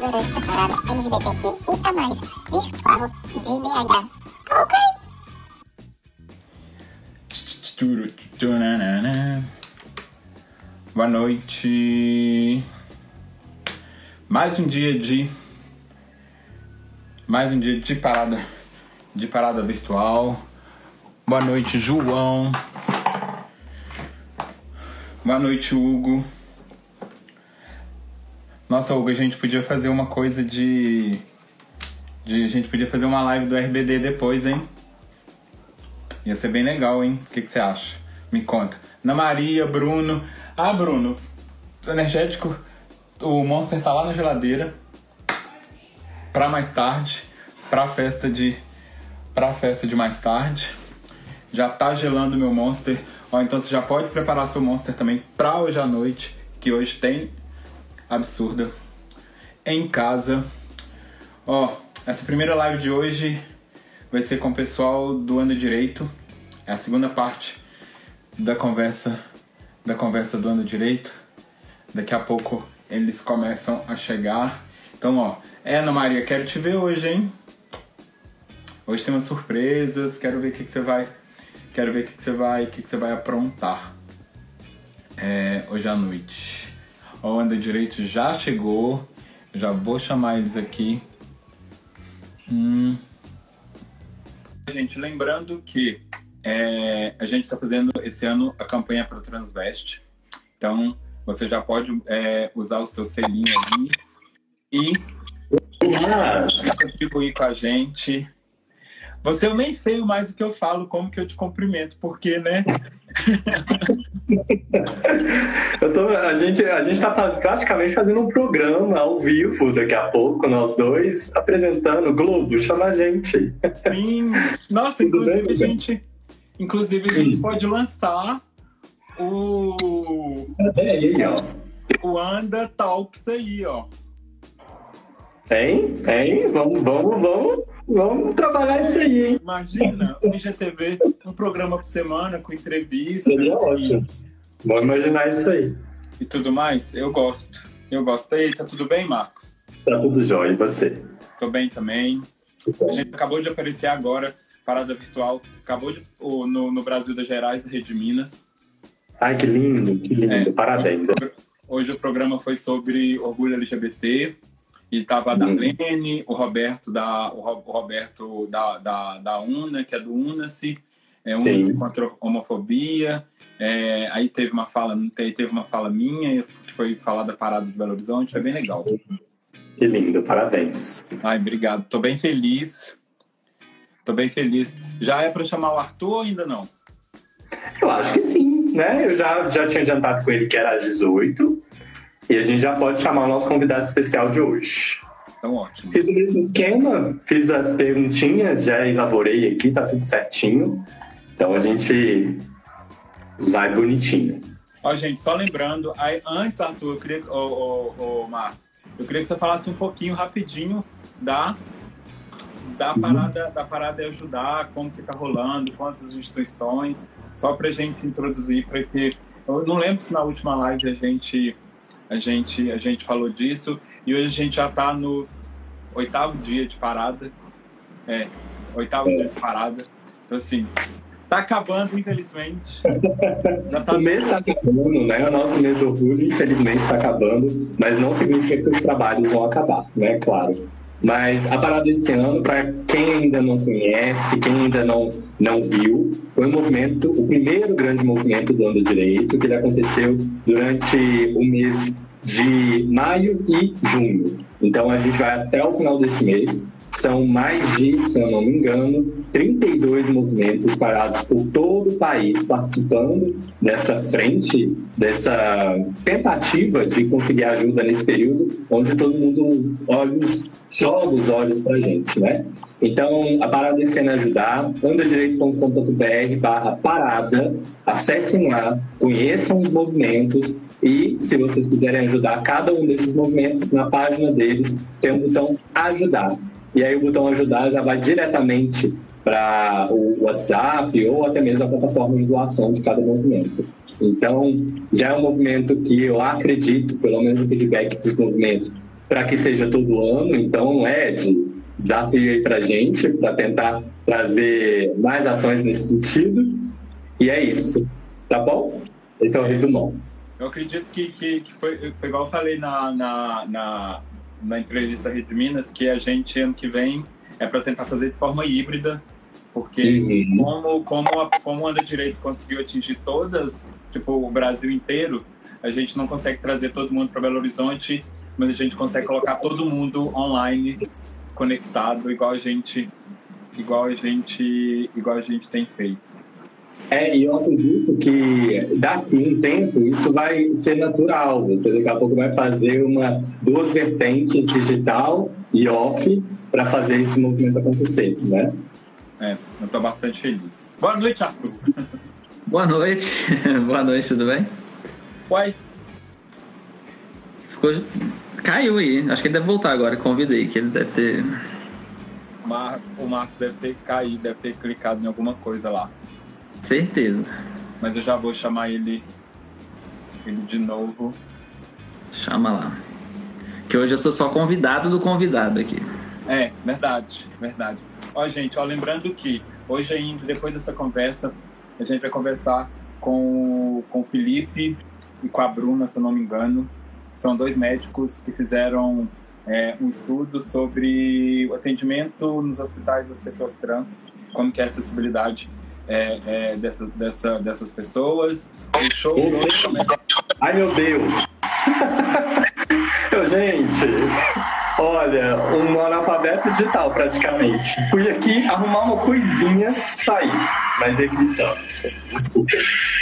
durante a parada LGBTQIA+, virtual de BH. Ok? Boa noite. Mais um dia de parada virtual. Boa noite, João. Boa noite, Hugo. Nossa, Hugo, a gente podia fazer uma coisa a gente podia fazer uma live do RBD depois, hein? Ia ser bem legal, hein? O que você acha? Me conta. Ana Maria, Bruno. Ah, Bruno, o energético, o Monster tá lá na geladeira. Pra mais tarde. Pra festa de mais tarde. Já tá gelando meu Monster. Ó, então você já pode preparar seu Monster também pra hoje à noite. Que hoje tem Absurda em casa. Ó, essa primeira live de hoje vai ser com o pessoal do Anda Direito. É a segunda parte da conversa do Anda Direito. Daqui a pouco eles começam a chegar. Então, ó, Ana Maria, quero te ver hoje, hein? Hoje tem umas surpresas, quero ver o que você vai aprontar hoje à noite. O Anda Direito já chegou, já vou chamar eles aqui. Gente, lembrando que a gente está fazendo esse ano a campanha para o Transveste. Então, você já pode usar o seu selinho ali e contribuir com a gente. Eu nem sei mais o que eu falo, como que eu te cumprimento, porque, né? A gente tá praticamente fazendo um programa ao vivo daqui a pouco, nós dois, apresentando. Globo, chama a gente. Sim. Nossa, inclusive a gente pode lançar o Anda Talks aí, ó. Tem? Vamos trabalhar isso aí, hein? Imagina, o IGTV, um programa por semana com entrevistas. Seria ótimo. Vamos imaginar isso aí. E tudo mais, eu gosto. Aí, tá tudo bem, Marcos? Tá tudo jóia, e você? Tô bem também. A gente acabou de aparecer agora, parada virtual, no Brasil das Gerais, da Rede Minas. Ai, que lindo, parabéns. Hoje o programa foi sobre orgulho LGBT. E tava a Darlene, o Roberto da UNA, que é do UNA-se, contra a homofobia. Aí teve uma fala minha, que foi falar da parada de Belo Horizonte, foi bem legal. Que lindo, parabéns. Ai, obrigado. Tô bem feliz. Já é para chamar o Arthur ou ainda não? Eu acho que sim, né? Eu já tinha adiantado com ele que era às 18. E a gente já pode chamar o nosso convidado especial de hoje. Então, ótimo. Fiz o mesmo esquema, fiz as perguntinhas, já elaborei aqui, tá tudo certinho. Então a gente vai bonitinho. Ó, gente, só lembrando, antes, Arthur, eu queria, Marcos, eu queria que você falasse um pouquinho, rapidinho, da parada de ajudar, como que tá rolando, quantas instituições, só pra gente introduzir, porque eu não lembro se na última live a gente falou disso, e hoje a gente já tá no 8º dia de parada. 8º dia de parada. Então, assim, tá acabando, infelizmente. O mês tá acabando, né? O nosso mês do orgulho, infelizmente, tá acabando, mas não significa que os trabalhos vão acabar, né? Claro. Mas a parada desse ano, para quem ainda não conhece, quem ainda não viu, foi o primeiro grande movimento do Anda Direito, que ele aconteceu durante o mês de maio e junho. Então a gente vai até o final desse mês. São mais de, se eu não me engano, 32 movimentos espalhados por todo o país participando dessa frente, dessa tentativa de conseguir ajuda nesse período, onde todo mundo joga os olhos pra gente, né? Então, a parada é sendo ajudar, andadireito.com.br/parada, acessem lá, conheçam os movimentos e, se vocês quiserem ajudar cada um desses movimentos, na página deles tem um botão ajudar. E aí o botão ajudar já vai diretamente para o WhatsApp ou até mesmo a plataforma de doação de cada movimento. Então, já é um movimento que eu acredito, pelo menos o feedback dos movimentos, para que seja todo ano. Então, Ed, desafio aí pra gente, para tentar trazer mais ações nesse sentido. E é isso, tá bom? Esse é o resumão. Eu acredito que foi igual eu falei na entrevista da Rede Minas, que a gente, ano que vem, é para tentar fazer de forma híbrida, porque como o Anda Direito conseguiu atingir todas, tipo, o Brasil inteiro, a gente não consegue trazer todo mundo para Belo Horizonte, mas a gente consegue colocar todo mundo online, conectado, igual a gente tem feito. E eu acredito que daqui um tempo isso vai ser natural. Você daqui a pouco vai fazer duas vertentes, digital e off, para fazer esse movimento acontecer, né? Eu tô bastante feliz. Boa noite, Arthur. Boa noite. Boa noite, tudo bem? Uai. Caiu aí. Acho que ele deve voltar agora. Convidei, que ele deve ter... O Marcos deve ter caído, deve ter clicado em alguma coisa lá. Certeza. Mas eu já vou chamar ele de novo. Chama lá. Que hoje eu sou só convidado do convidado aqui. Verdade. Ó, gente, lembrando que hoje ainda, depois dessa conversa, a gente vai conversar com o Felipe e com a Bruna, se eu não me engano. São 2 médicos que fizeram um estudo sobre o atendimento nos hospitais das pessoas trans, como que é a acessibilidade dessas pessoas. O show... Ai, meu Deus! Gente, olha, um analfabeto digital praticamente. Fui aqui arrumar uma coisinha, saí. Mas aqui estamos. Desculpa.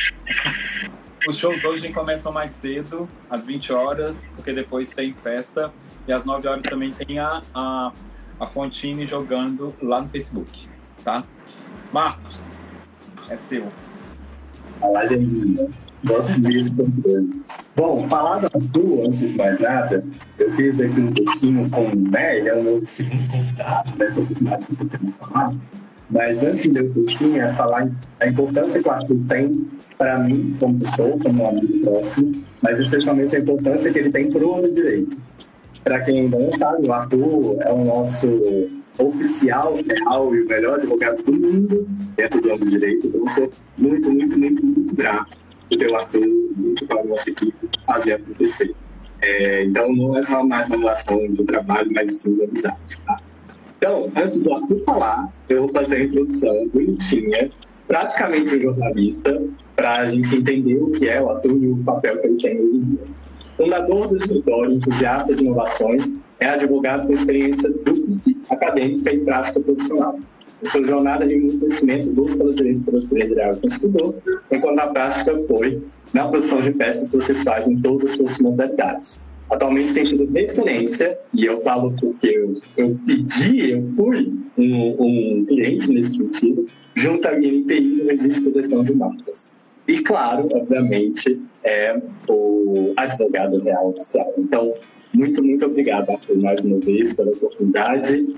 Os shows hoje começam mais cedo, às 20 horas, porque depois tem festa. E às 9 horas também tem a Fontine jogando lá no Facebook, tá? Marcos, é seu. Olá, Janina. Gosto mesmo também. Bom, falar da Arthur, antes de mais nada, eu fiz aqui um textinho com o ele é o meu segundo convidado dessa oportunidade que eu quero falar. Mas antes de ler o textinho, é falar a importância que o Arthur tem para mim, como pessoa, como um amigo próximo, mas especialmente a importância que ele tem para o Anda Direito. Para quem ainda não sabe, o Arthur é o nosso oficial, real e o melhor advogado do mundo dentro do Anda Direito. Então, eu sou muito, muito, muito, muito grato por ter o Arthur junto com a nossa equipe fazer acontecer. Então, não é só mais uma relação de trabalho, mas sim de amizade, tá? Então, antes do Arthur falar, eu vou fazer a introdução bonitinha, praticamente um jornalista, para a gente entender o que é o Arthur e o papel que ele tem hoje em dia. Fundador do escritório, entusiasta de inovações, é advogado com experiência dúplice acadêmica e prática profissional. Em sua jornada de conhecimento, busca pelo direito empresarial que estudou, enquanto a prática foi na produção de peças processuais em todas as suas modalidades. Atualmente tem sido referência, e eu falo porque eu fui um cliente nesse sentido, junto à INPI no registro de proteção de marcas. E, claro, obviamente, é o advogado real oficial. Então, muito, muito obrigado, Arthur, mais uma vez, pela oportunidade.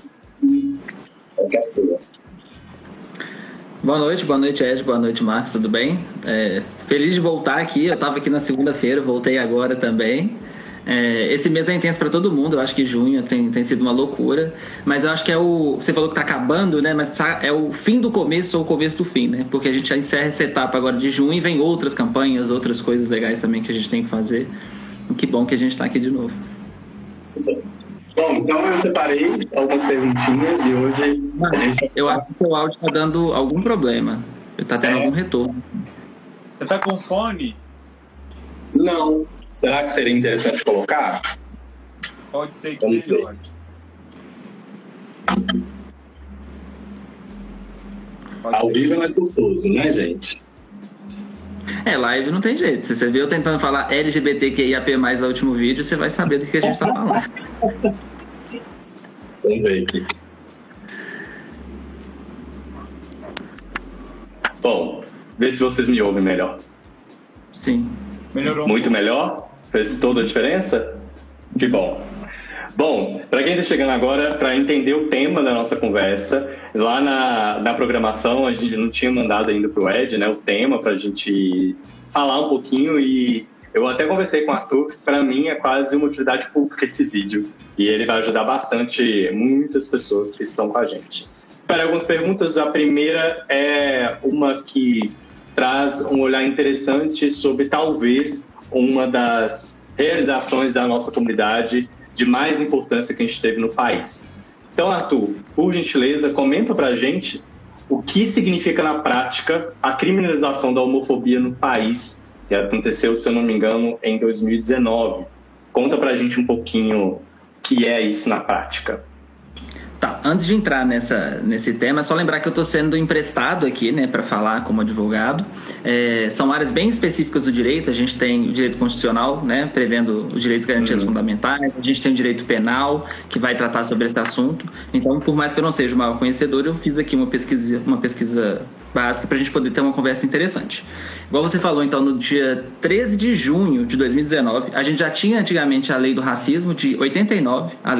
É Castura. Boa noite, Ed, boa noite, Marcos, tudo bem? Feliz de voltar aqui, eu estava aqui na segunda-feira, voltei agora também. Esse mês é intenso para todo mundo, eu acho que junho tem sido uma loucura, mas eu acho que você falou que está acabando, né? Mas é o fim do começo ou o começo do fim, né? Porque a gente já encerra essa etapa agora de junho e vem outras campanhas, outras coisas legais também que a gente tem que fazer. Que bom que a gente está aqui de novo. Bom, então eu separei algumas perguntinhas e hoje a gente... Eu acho que o seu áudio está dando algum problema, está tendo algum retorno. Você está com fone? Não. Será que seria interessante colocar? Pode ser que melhore. Ao vivo é mais gostoso, né, gente? Live não tem jeito. Se você viu eu tentando falar LGBTQIAP+, no último vídeo, você vai saber do que a gente está falando. Vamos ver aqui. Bom, vê se vocês me ouvem melhor. Sim. Melhorou. Muito melhor? Fez toda a diferença? Que bom. Bom, para quem está chegando agora, para entender o tema da nossa conversa, lá na programação a gente não tinha mandado ainda para o Ed, né, o tema para a gente falar um pouquinho, e Eu até conversei com o Arthur, que para mim é quase uma utilidade pública esse vídeo. E ele vai ajudar bastante muitas pessoas que estão com a gente. Para algumas perguntas, a primeira é uma que traz um olhar interessante sobre talvez uma das realizações da nossa comunidade de mais importância que a gente teve no país. Então, Arthur, por gentileza, comenta pra gente o que significa na prática a criminalização da homofobia no país, que aconteceu, se eu não me engano, em 2019. Conta pra gente um pouquinho o que é isso na prática. Tá, antes de entrar nesse tema, é só lembrar que eu estou sendo emprestado aqui, né, para falar como advogado. São áreas bem específicas do direito. A gente tem o direito constitucional, né, prevendo os direitos e garantias fundamentais. A gente tem o direito penal, que vai tratar sobre esse assunto. Então, por mais que eu não seja o maior conhecedor, eu fiz aqui uma pesquisa básica para a gente poder ter uma conversa interessante. Igual você falou, então, no dia 13 de junho de 2019, a gente já tinha antigamente a Lei do Racismo de 89, a Lei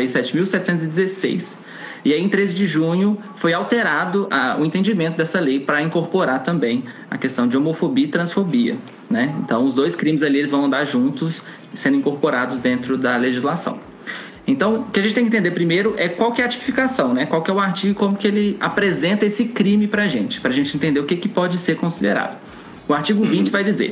7.716. E aí, em 13 de junho, foi alterado o entendimento dessa lei para incorporar também a questão de homofobia e transfobia, né? Então, os dois crimes ali eles vão andar juntos, sendo incorporados dentro da legislação. Então, o que a gente tem que entender primeiro é qual que é a tipificação, né? Qual que é o artigo e como que ele apresenta esse crime para a gente entender o que pode ser considerado. O artigo 20 vai dizer: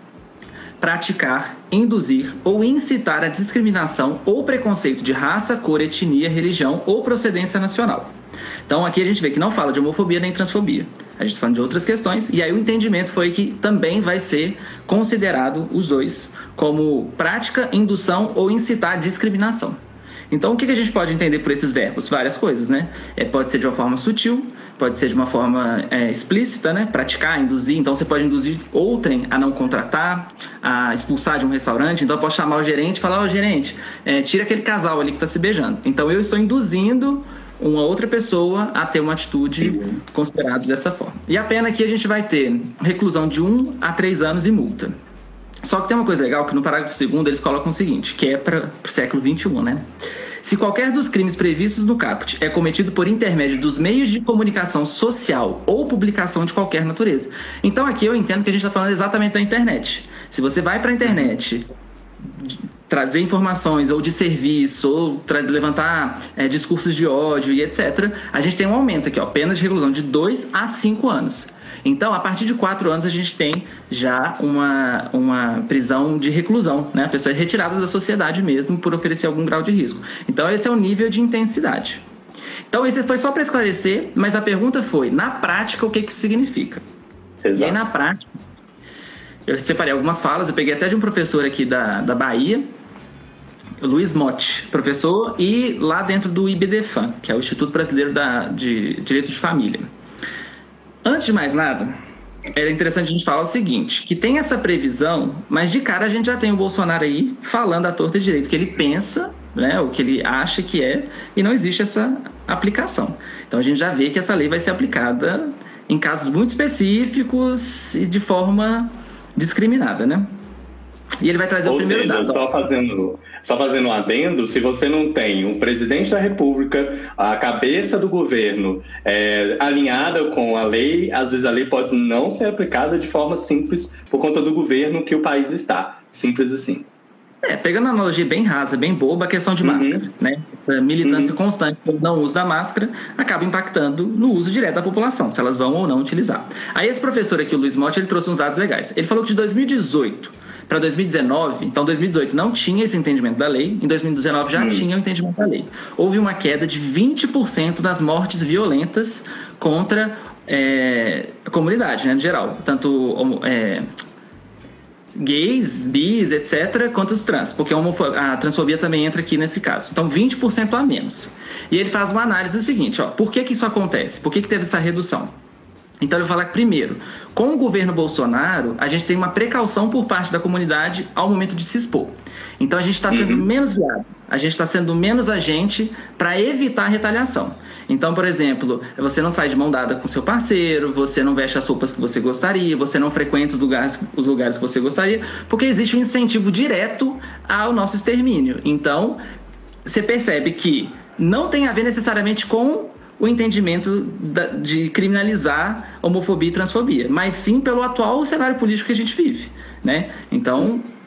praticar, induzir ou incitar a discriminação ou preconceito de raça, cor, etnia, religião ou procedência nacional. Então aqui a gente vê que não fala de homofobia nem transfobia. A gente está falando de outras questões, e aí o entendimento foi que também vai ser considerado os dois como prática, indução ou incitar a discriminação. Então, o que a gente pode entender por esses verbos? Várias coisas, né? Pode ser de uma forma sutil, pode ser de uma forma explícita, né? Praticar, induzir. Então, você pode induzir outrem a não contratar, a expulsar de um restaurante. Então, eu posso chamar o gerente e falar: gerente, tira aquele casal ali que está se beijando. Então, eu estou induzindo uma outra pessoa a ter uma atitude considerada dessa forma. E a pena aqui a gente vai ter reclusão de 1 a 3 anos e multa. Só que tem uma coisa legal que no parágrafo 2º eles colocam o seguinte, que é para o século XXI, né? Se qualquer dos crimes previstos no caput é cometido por intermédio dos meios de comunicação social ou publicação de qualquer natureza. Então aqui eu entendo que a gente está falando exatamente da internet. Se você vai para a internet trazer informações ou de serviço ou levantar discursos de ódio e etc., a gente tem um aumento aqui, pena de reclusão de 2 a 5 anos. Então, a partir de 4 anos, a gente tem já uma prisão de reclusão, né? A pessoa é retirada da sociedade mesmo por oferecer algum grau de risco. Então, esse é o nível de intensidade. Então, isso foi só para esclarecer, mas a pergunta foi, na prática, o que isso significa? Exato. E aí, na prática, eu separei algumas falas, eu peguei até de um professor aqui da Bahia, o Luiz Motti, professor, e lá dentro do IBDFAM, que é o Instituto Brasileiro de Direito de Família. Antes de mais nada, era interessante a gente falar o seguinte, que tem essa previsão, mas de cara a gente já tem o Bolsonaro aí falando à torta e direito o que ele pensa, né, o que ele acha que é, e não existe essa aplicação. Então a gente já vê que essa lei vai ser aplicada em casos muito específicos e de forma discriminada, né? E ele vai trazer o primeiro dado. Só fazendo um adendo, se você não tem um presidente da República, a cabeça do governo alinhada com a lei, às vezes a lei pode não ser aplicada de forma simples por conta do governo que o país está. Simples assim. Pegando uma analogia bem rasa, bem boba, a questão de máscara, né? Essa militância constante pelo não uso da máscara acaba impactando no uso direto da população, se elas vão ou não utilizar. Aí esse professor aqui, o Luiz Motti, ele trouxe uns dados legais. Ele falou que de 2018 para 2019, então 2018 não tinha esse entendimento da lei, em 2019 já tinha o entendimento da lei. Houve uma queda de 20% das mortes violentas contra a comunidade, né, no geral. Tanto gays, bis, etc., quanto os trans, porque a transfobia também entra aqui nesse caso. Então 20% a menos. E ele faz uma análise do seguinte, por que isso acontece? Por que teve essa redução? Então ele vai falar que, primeiro, com o governo Bolsonaro, a gente tem uma precaução por parte da comunidade ao momento de se expor. Então a gente está sendo menos viável, a gente está sendo menos agente para evitar a retaliação. Então, por exemplo, você não sai de mão dada com seu parceiro, você não veste as roupas que você gostaria, você não frequenta os lugares que você gostaria, porque existe um incentivo direto ao nosso extermínio. Então, você percebe que não tem a ver necessariamente com o entendimento de criminalizar homofobia e transfobia, mas sim pelo atual cenário político que a gente vive, né? Então,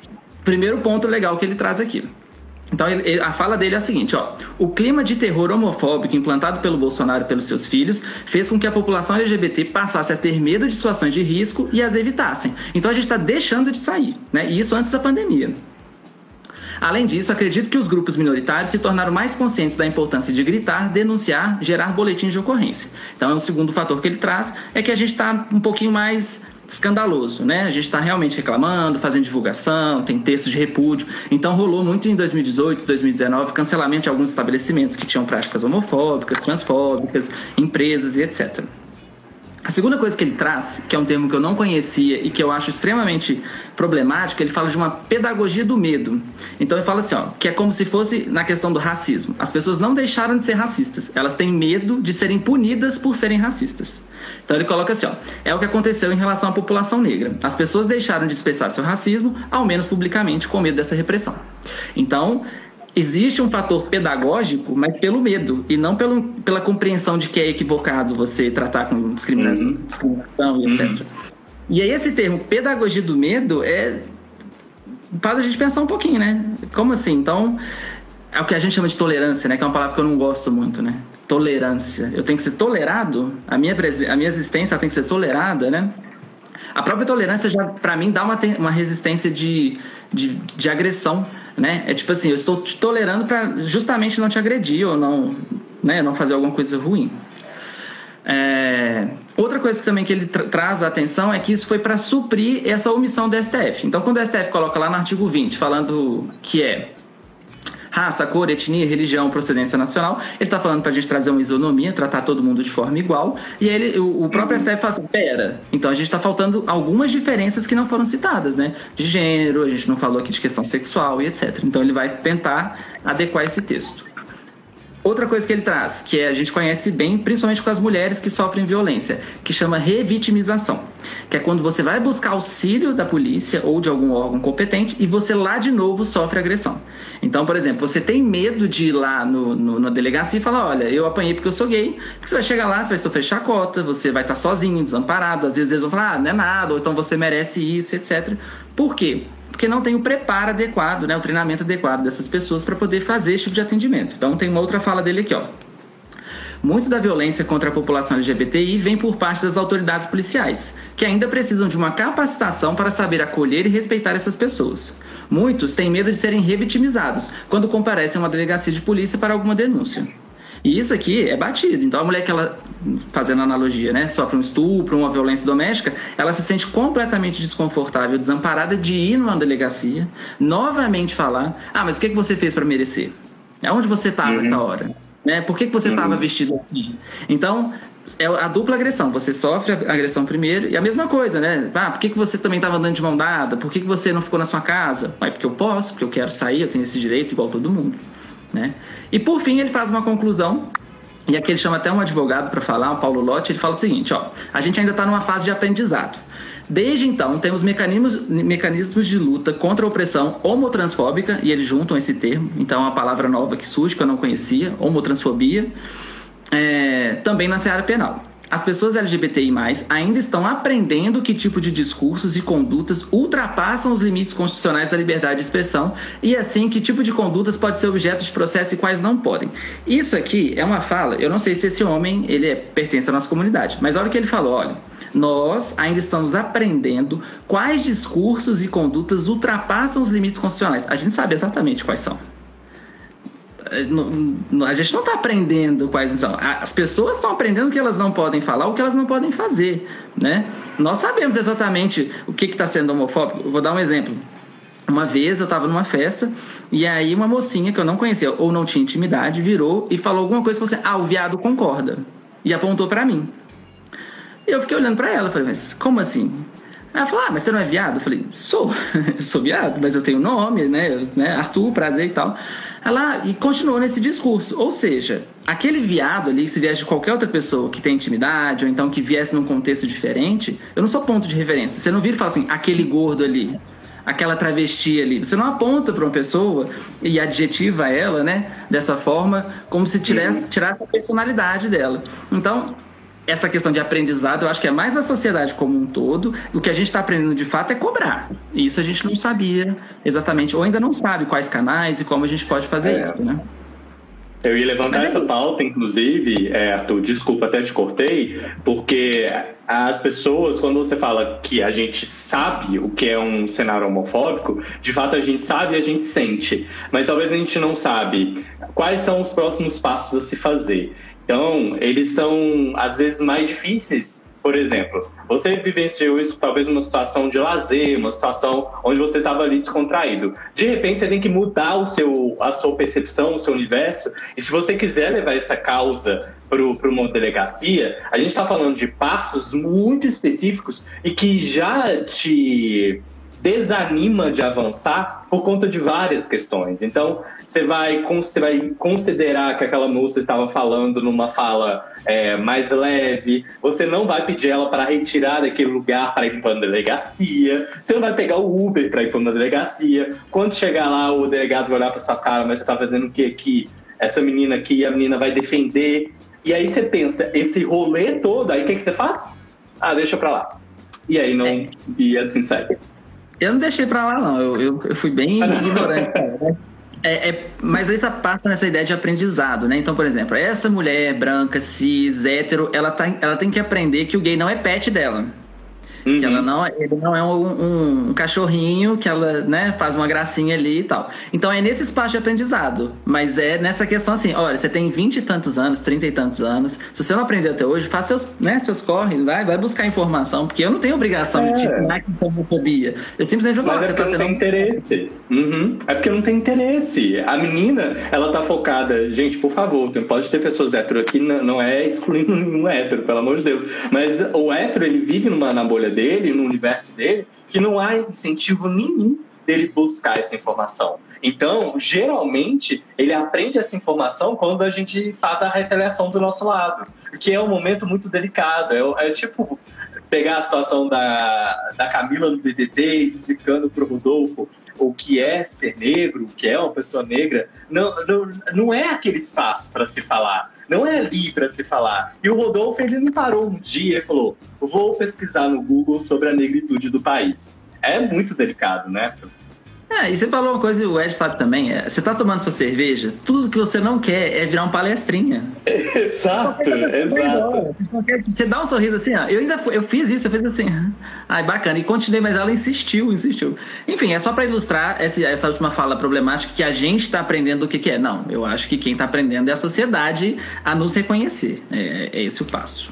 primeiro ponto legal que ele traz aqui. Então, a fala dele é a seguinte, ó: o clima de terror homofóbico implantado pelo Bolsonaro e pelos seus filhos fez com que a população LGBT passasse a ter medo de situações de risco e as evitassem. Então, a gente está deixando de sair, né? E isso antes da pandemia. Além disso, acredito que os grupos minoritários se tornaram mais conscientes da importância de gritar, denunciar, gerar boletins de ocorrência. Então, é um segundo fator que ele traz, é que a gente está um pouquinho mais escandaloso, né? A gente está realmente reclamando, fazendo divulgação, tem textos de repúdio. Então rolou muito em 2018, 2019, cancelamento de alguns estabelecimentos que tinham práticas homofóbicas, transfóbicas, empresas e etc. A segunda coisa que ele traz, que é um termo que eu não conhecia e que eu acho extremamente problemático, ele fala de uma pedagogia do medo. Então ele fala assim, ó, que é como se fosse na questão do racismo. As pessoas não deixaram de ser racistas, elas têm medo de serem punidas por serem racistas. Então ele coloca assim, ó: é o que aconteceu em relação à população negra. As pessoas deixaram de expressar seu racismo, ao menos publicamente, com medo dessa repressão. Então, existe um fator pedagógico, mas pelo medo, e não pela compreensão de que é equivocado você tratar com discriminação e etc. E aí esse termo, pedagogia do medo, faz a gente pensar um pouquinho, né? Como assim? Então, é o que a gente chama de tolerância, né? Que é uma palavra que eu não gosto muito, né? Tolerância. Eu tenho que ser tolerado? A minha existência tem que ser tolerada, né? A própria tolerância já, pra mim, dá uma resistência de agressão, né? É tipo assim, eu estou te tolerando para justamente não te agredir ou não, né, não fazer alguma coisa ruim. Outra coisa também que ele traz a atenção é que isso foi para suprir essa omissão do STF. Então, quando o STF coloca lá no artigo 20, falando que é raça, cor, etnia, religião, procedência nacional, ele está falando para a gente trazer uma isonomia, tratar todo mundo de forma igual, e aí o próprio STF fala assim, pera, então a gente está faltando algumas diferenças que não foram citadas, né? De gênero, a gente não falou aqui de questão sexual e etc. Então ele vai tentar adequar esse texto. Outra coisa que ele traz, que a gente conhece bem, principalmente com as mulheres que sofrem violência, que chama revitimização, que é quando você vai buscar auxílio da polícia ou de algum órgão competente e você lá de novo sofre agressão. Então, por exemplo, você tem medo de ir lá na delegacia e falar, olha, eu apanhei porque eu sou gay, porque você vai chegar lá, você vai sofrer chacota, você vai estar sozinho, desamparado, às vezes eles vão falar, não é nada, ou então você merece isso, etc. Por quê? Porque não tem o preparo adequado, né, o treinamento adequado dessas pessoas para poder fazer esse tipo de atendimento. Então tem uma outra fala dele aqui, ó. Muito da violência contra a população LGBTI vem por parte das autoridades policiais, que ainda precisam de uma capacitação para saber acolher e respeitar essas pessoas. Muitos têm medo de serem revitimizados quando comparecem a uma delegacia de polícia para alguma denúncia. E isso aqui é batido. Então a mulher que ela, fazendo analogia, né, sofre um estupro, uma violência doméstica, ela se sente completamente desconfortável, desamparada de ir numa delegacia, novamente falar, mas o que você fez para merecer? Aonde você estava essa hora? Né? Por que você estava vestido assim? Então, é a dupla agressão. Você sofre a agressão primeiro e a mesma coisa, né? Por que você também estava andando de mão dada? Por que você não ficou na sua casa? Porque eu posso, porque eu quero sair, eu tenho esse direito igual todo mundo. Né? E por fim ele faz uma conclusão, e aqui ele chama até um advogado para falar, o Paulo Lotti. Ele fala o seguinte, ó: a gente ainda está numa fase de aprendizado. Desde então temos mecanismos de luta contra a opressão homotransfóbica, e eles juntam esse termo, então é uma palavra nova que surge, que eu não conhecia, homotransfobia, também na seara penal. As pessoas LGBTI+, ainda estão aprendendo que tipo de discursos e condutas ultrapassam os limites constitucionais da liberdade de expressão e, assim, que tipo de condutas pode ser objeto de processo e quais não podem. Isso aqui é uma fala, eu não sei se esse homem pertence à nossa comunidade, mas olha o que ele falou, olha: nós ainda estamos aprendendo quais discursos e condutas ultrapassam os limites constitucionais. A gente sabe exatamente quais são. A gente não está aprendendo quais são. As pessoas estão aprendendo o que elas não podem falar, o que elas não podem fazer, né? Nós sabemos exatamente o que está sendo homofóbico. Eu vou dar um exemplo. Uma vez eu estava numa festa e aí uma mocinha que eu não conhecia ou não tinha intimidade virou e falou alguma coisa e falou assim, o viado concorda, e apontou para mim. E eu fiquei olhando para ela, falei, mas como assim? Ela falou, mas você não é viado? Eu falei, sou viado, mas eu tenho nome, né? Arthur, prazer e tal. E continuou nesse discurso. Ou seja, aquele viado ali, se viesse de qualquer outra pessoa que tem intimidade, ou então que viesse num contexto diferente, eu não sou ponto de referência. Você não vira e fala assim, aquele gordo ali, aquela travesti ali. Você não aponta para uma pessoa e adjetiva ela, né, dessa forma, como se tirasse a personalidade dela. Então, essa questão de aprendizado, eu acho que é mais da sociedade como um todo. O que a gente está aprendendo de fato é cobrar. E isso a gente não sabia exatamente, ou ainda não sabe quais canais e como a gente pode fazer isso, né? Eu ia levantar essa pauta, inclusive, Arthur, desculpa, até te cortei, porque as pessoas, quando você fala que a gente sabe o que é um cenário homofóbico, de fato a gente sabe e a gente sente, mas talvez a gente não sabe quais são os próximos passos a se fazer. Então, eles são, às vezes, mais difíceis. Por exemplo, você vivenciou isso talvez numa situação de lazer, uma situação onde você estava ali descontraído. De repente, você tem que mudar a sua percepção, o seu universo. E se você quiser levar essa causa para uma delegacia, a gente está falando de passos muito específicos e que já te desanima de avançar por conta de várias questões. Então, você vai considerar que aquela moça estava falando numa fala mais leve, você não vai pedir ela para retirar daquele lugar para ir para uma delegacia, você não vai pegar o Uber para ir para uma delegacia, quando chegar lá o delegado vai olhar para sua cara, mas você está fazendo o que aqui? Essa menina aqui, a menina vai defender, e aí você pensa, esse rolê todo, aí o que você faz? Ah, deixa para lá. E aí não, e assim segue. Eu não deixei pra lá, não. Eu fui bem ignorante, cara, né? Mas aí passa nessa ideia de aprendizado, né? Então, por exemplo, essa mulher branca, cis, hétero, ela tem que aprender que o gay não é pet dela. Que ele não é um cachorrinho que ela, né, faz uma gracinha ali e tal. Então é nesse espaço de aprendizado. Mas é nessa questão assim, olha, você tem 20 e tantos anos, 30 e tantos anos. Se você não aprendeu até hoje, faça seus corre, vai buscar informação, porque eu não tenho obrigação de te ensinar que isso é homofobia. Eu simplesmente vou falar, mas é porque não tem interesse. É porque não tem interesse. A menina, ela tá focada, gente, por favor, pode ter pessoas hétero aqui, não é excluindo nenhum hétero, pelo amor de Deus. Mas o hétero, ele vive na bolha dele, no universo dele, que não há incentivo nenhum dele buscar essa informação. Então, geralmente, ele aprende essa informação quando a gente faz a retaliação do nosso lado, que é um momento muito delicado. É tipo pegar a situação da Camila no BBB explicando pro Rodolfo o que é ser negro, o que é uma pessoa negra. Não é aquele espaço para se falar, não é ali para se falar. E o Rodolfo, ele não parou um dia e falou, vou pesquisar no Google sobre a negritude do país. É muito delicado, né? E você falou uma coisa e o Ed sabe também, você tá tomando sua cerveja, tudo que você não quer é virar um palestrinha. Exato. Você dá um sorriso assim, eu fiz isso, eu fiz assim, bacana, e continuei, mas ela insistiu. Enfim, é só para ilustrar essa última fala problemática, que a gente tá aprendendo o que é. Não, eu acho que quem tá aprendendo é a sociedade a nos reconhecer, é esse o passo.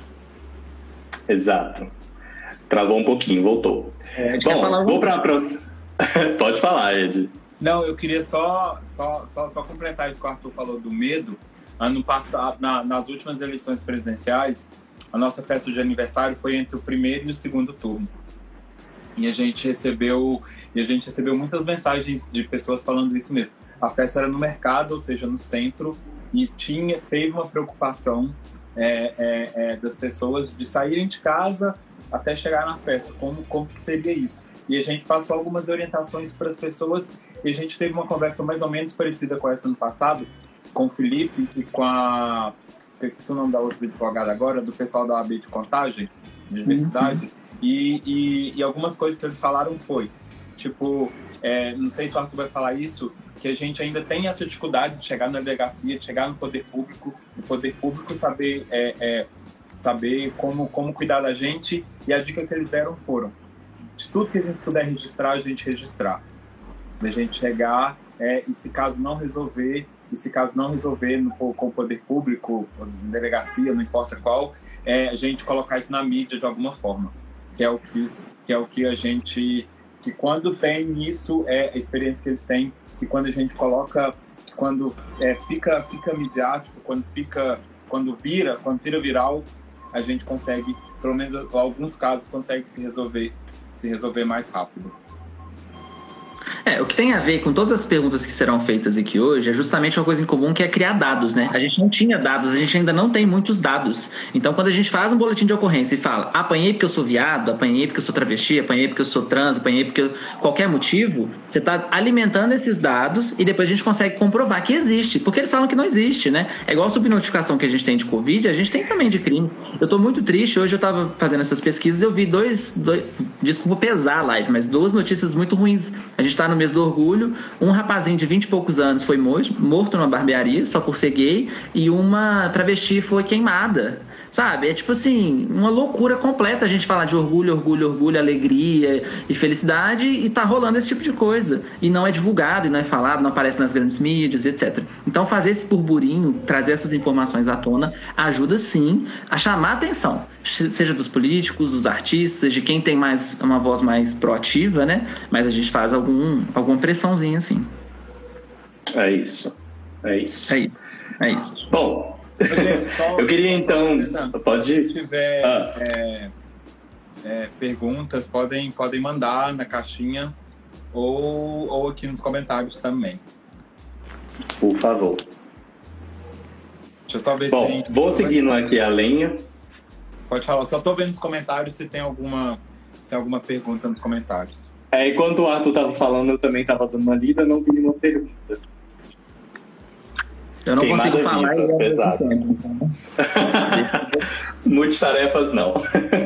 Exato. Travou um pouquinho, voltou. Bom, vou para a próxima. Pode falar, Ed. Não, eu queria só completar isso que o Arthur falou do medo. Ano passado, nas últimas eleições presidenciais, a nossa festa de aniversário foi entre o primeiro e o segundo turno. E a gente recebeu muitas mensagens de pessoas falando isso mesmo. A festa era no mercado, ou seja, no centro, e teve uma preocupação das pessoas de saírem de casa até chegar na festa. Como que seria isso? E a gente passou algumas orientações para as pessoas, e a gente teve uma conversa mais ou menos parecida com essa no passado, com o Felipe e com eu esqueci o nome da outra advogada agora, do pessoal da OAB de Contagem, de diversidade, e algumas coisas que eles falaram foi, tipo, não sei se o Arthur vai falar isso, que a gente ainda tem essa dificuldade de chegar na delegacia, de chegar no poder público saber como cuidar da gente, e a dica que eles deram foram, de tudo que a gente puder registrar, a gente registrar. A gente chegar, e se caso não resolver com o poder público, delegacia, não importa qual, a gente colocar isso na mídia de alguma forma. Que é o que a gente... Que quando tem isso, a experiência que eles têm, que quando a gente coloca, que quando fica midiático, quando vira viral, a gente consegue, pelo menos em alguns casos, consegue se resolver mais rápido. O que tem a ver com todas as perguntas que serão feitas aqui hoje é justamente uma coisa em comum, que é criar dados, né? A gente não tinha dados, a gente ainda não tem muitos dados. Então, quando a gente faz um boletim de ocorrência e fala, apanhei porque eu sou viado, apanhei porque eu sou travesti, apanhei porque eu sou trans, apanhei porque qualquer motivo, você está alimentando esses dados e depois a gente consegue comprovar que existe, porque eles falam que não existe, né? É igual a subnotificação que a gente tem de Covid, a gente tem também de crime. Eu estou muito triste, hoje eu estava fazendo essas pesquisas e eu vi desculpa pesar a live, mas 2 notícias muito ruins. A gente está no mês do orgulho, um rapazinho de 20 e poucos anos foi morto numa barbearia só por ser gay e uma travesti foi queimada, sabe? É tipo assim, uma loucura completa a gente falar de orgulho, alegria e felicidade e tá rolando esse tipo de coisa e não é divulgado, e não é falado, não aparece nas grandes mídias, etc. Então fazer esse burburinho, trazer essas informações à tona ajuda sim a chamar a atenção, seja dos políticos, dos artistas, de quem tem mais uma voz mais proativa, né? Mas a gente faz alguma pressãozinha assim. É isso. Bom, eu queria então... Pode ir. Se tiver perguntas, podem mandar na caixinha ou aqui nos comentários também. Por favor. Deixa eu só ver se tem... vou seguindo aqui a lenha. Pode falar, só tô vendo nos comentários se tem alguma pergunta nos comentários. Enquanto o Arthur tava falando, eu também tava dando uma lida, não vi nenhuma pergunta. Eu não consigo falar. Pesado. Multitarefas, não.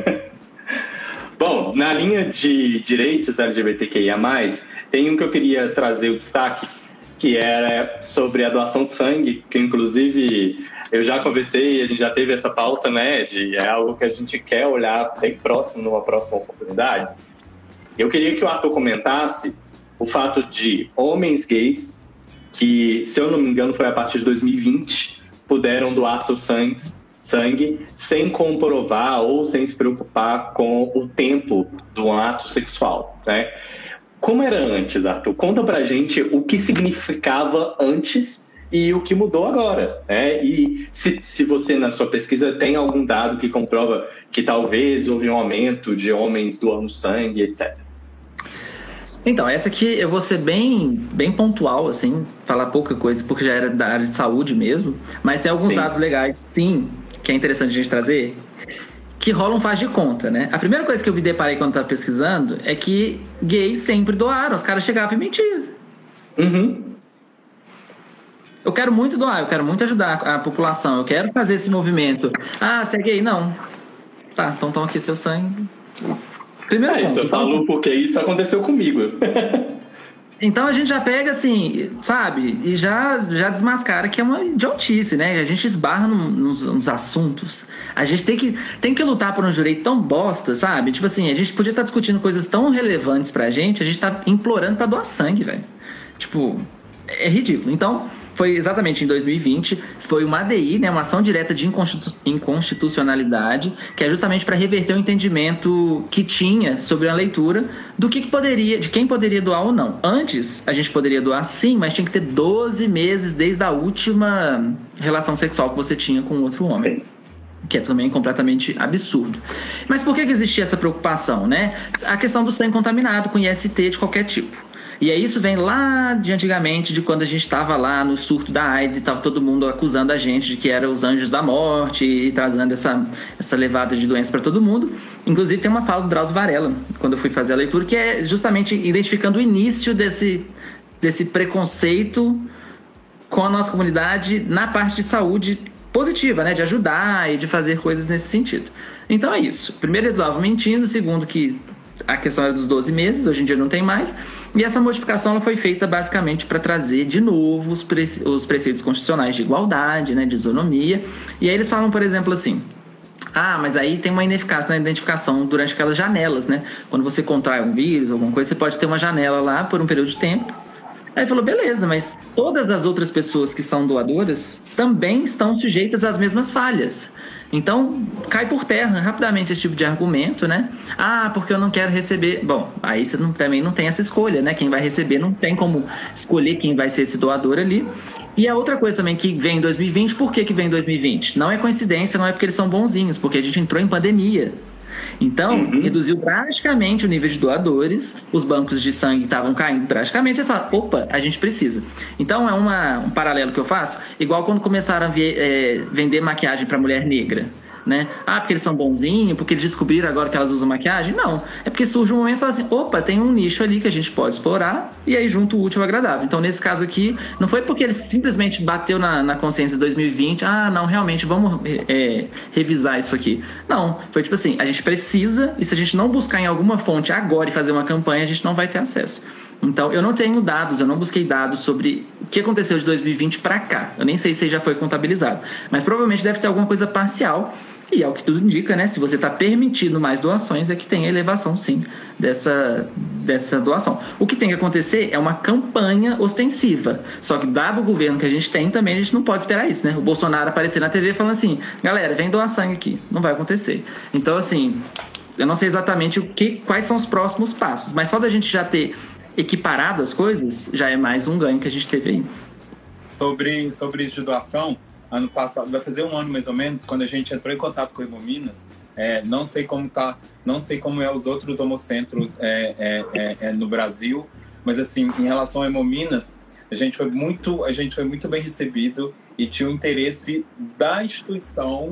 Bom, na linha de direitos LGBTQIA+, tem um que eu queria trazer o destaque, que era sobre a doação de sangue, que inclusive eu já conversei, a gente já teve essa pauta, né, é algo que a gente quer olhar bem próximo, numa próxima oportunidade. Eu queria que o Arthur comentasse o fato de homens gays, que, se eu não me engano, foi a partir de 2020, puderam doar seu sangue sem comprovar ou sem se preocupar com o tempo do ato sexual, né? Como era antes, Arthur? Conta pra gente o que significava antes e o que mudou agora, né? E se você, na sua pesquisa, tem algum dado que comprova que talvez houve um aumento de homens doando sangue, etc. Então, essa aqui eu vou ser bem pontual, assim, falar pouca coisa, porque já era da área de saúde mesmo, mas tem alguns dados legais, sim, que é interessante a gente trazer, que rolam faz de conta, né? A primeira coisa que eu me deparei quando estava pesquisando é que gays sempre doaram, os caras chegavam e mentiam. Eu quero muito doar, eu quero muito ajudar a população, eu quero fazer esse movimento. Ah, você é gay? Não. Tá, então toma aqui seu sangue. Primeiro ponto, isso eu falo porque isso aconteceu comigo. Então a gente já pega assim, sabe? E já desmascara que é uma idiotice, né? A gente esbarra nos assuntos. A gente tem que lutar por um direito tão bosta, sabe? Tipo assim, a gente podia estar discutindo coisas tão relevantes pra gente, a gente tá implorando pra doar sangue, velho. Tipo, é ridículo. Então, foi exatamente em 2020, foi uma ADI, né, uma ação direta de inconstitucionalidade, que é justamente para reverter o entendimento que tinha sobre a leitura de quem poderia doar ou não. Antes, a gente poderia doar sim, mas tinha que ter 12 meses desde a última relação sexual que você tinha com outro homem. Que é também completamente absurdo. Mas por que existia essa preocupação, né? A questão do sangue contaminado com IST de qualquer tipo. E aí isso vem lá de antigamente, de quando a gente estava lá no surto da AIDS e estava todo mundo acusando a gente de que eram os anjos da morte e trazendo essa levada de doença para todo mundo. Inclusive tem uma fala do Drauzio Varela, quando eu fui fazer a leitura, que é justamente identificando o início desse preconceito com a nossa comunidade na parte de saúde positiva, né? De ajudar e de fazer coisas nesse sentido. Então é isso. Primeiro eles doavam mentindo, segundo que a questão era dos 12 meses, hoje em dia não tem mais, e essa modificação ela foi feita basicamente para trazer de novo os preceitos constitucionais de igualdade, né, de isonomia, e aí eles falam, por exemplo, assim, mas aí tem uma ineficácia na identificação durante aquelas janelas, né, quando você contrai um vírus, alguma coisa, você pode ter uma janela lá por um período de tempo. Aí falou, beleza, mas todas as outras pessoas que são doadoras também estão sujeitas às mesmas falhas. Então, cai por terra rapidamente esse tipo de argumento, né? Porque eu não quero receber... Bom, aí você também não tem essa escolha, né? Quem vai receber não tem como escolher quem vai ser esse doador ali. E a outra coisa também que vem em 2020, por que vem em 2020? Não é coincidência, não é porque eles são bonzinhos, porque a gente entrou em pandemia. Então, reduziu drasticamente o nível de doadores, os bancos de sangue estavam caindo drasticamente, eles falaram, opa, a gente precisa. Então, é um paralelo que eu faço, igual quando começaram a vender maquiagem para mulher negra. Né? Porque eles são bonzinhos, porque eles descobriram agora que elas usam maquiagem? Não, é porque surge um momento e fala assim, opa, tem um nicho ali que a gente pode explorar, e aí junto o útil ao agradável. Então nesse caso aqui, não foi porque ele simplesmente bateu na consciência de 2020, não, realmente vamos revisar isso aqui. Não, foi tipo assim, a gente precisa, e se a gente não buscar em alguma fonte agora e fazer uma campanha, a gente não vai ter acesso. Então, eu não tenho dados, eu não busquei dados sobre o que aconteceu de 2020 para cá. Eu nem sei se já foi contabilizado. Mas provavelmente deve ter alguma coisa parcial. E é o que tudo indica, né? Se você está permitindo mais doações, é que tem a elevação, sim, dessa doação. O que tem que acontecer é uma campanha ostensiva. Só que, dado o governo que a gente tem, também a gente não pode esperar isso, né? O Bolsonaro aparecer na TV falando assim, galera, vem doar sangue aqui. Não vai acontecer. Então, assim, eu não sei exatamente quais são os próximos passos. Mas só da gente já ter equiparado as coisas, já é mais um ganho que a gente teve aí. Sobre isso de doação, ano passado, vai fazer um ano mais ou menos, quando a gente entrou em contato com o Hemominas, não sei como é os outros hemocentros no Brasil, mas assim, em relação ao Hemominas, a gente foi muito bem recebido e tinha o interesse da instituição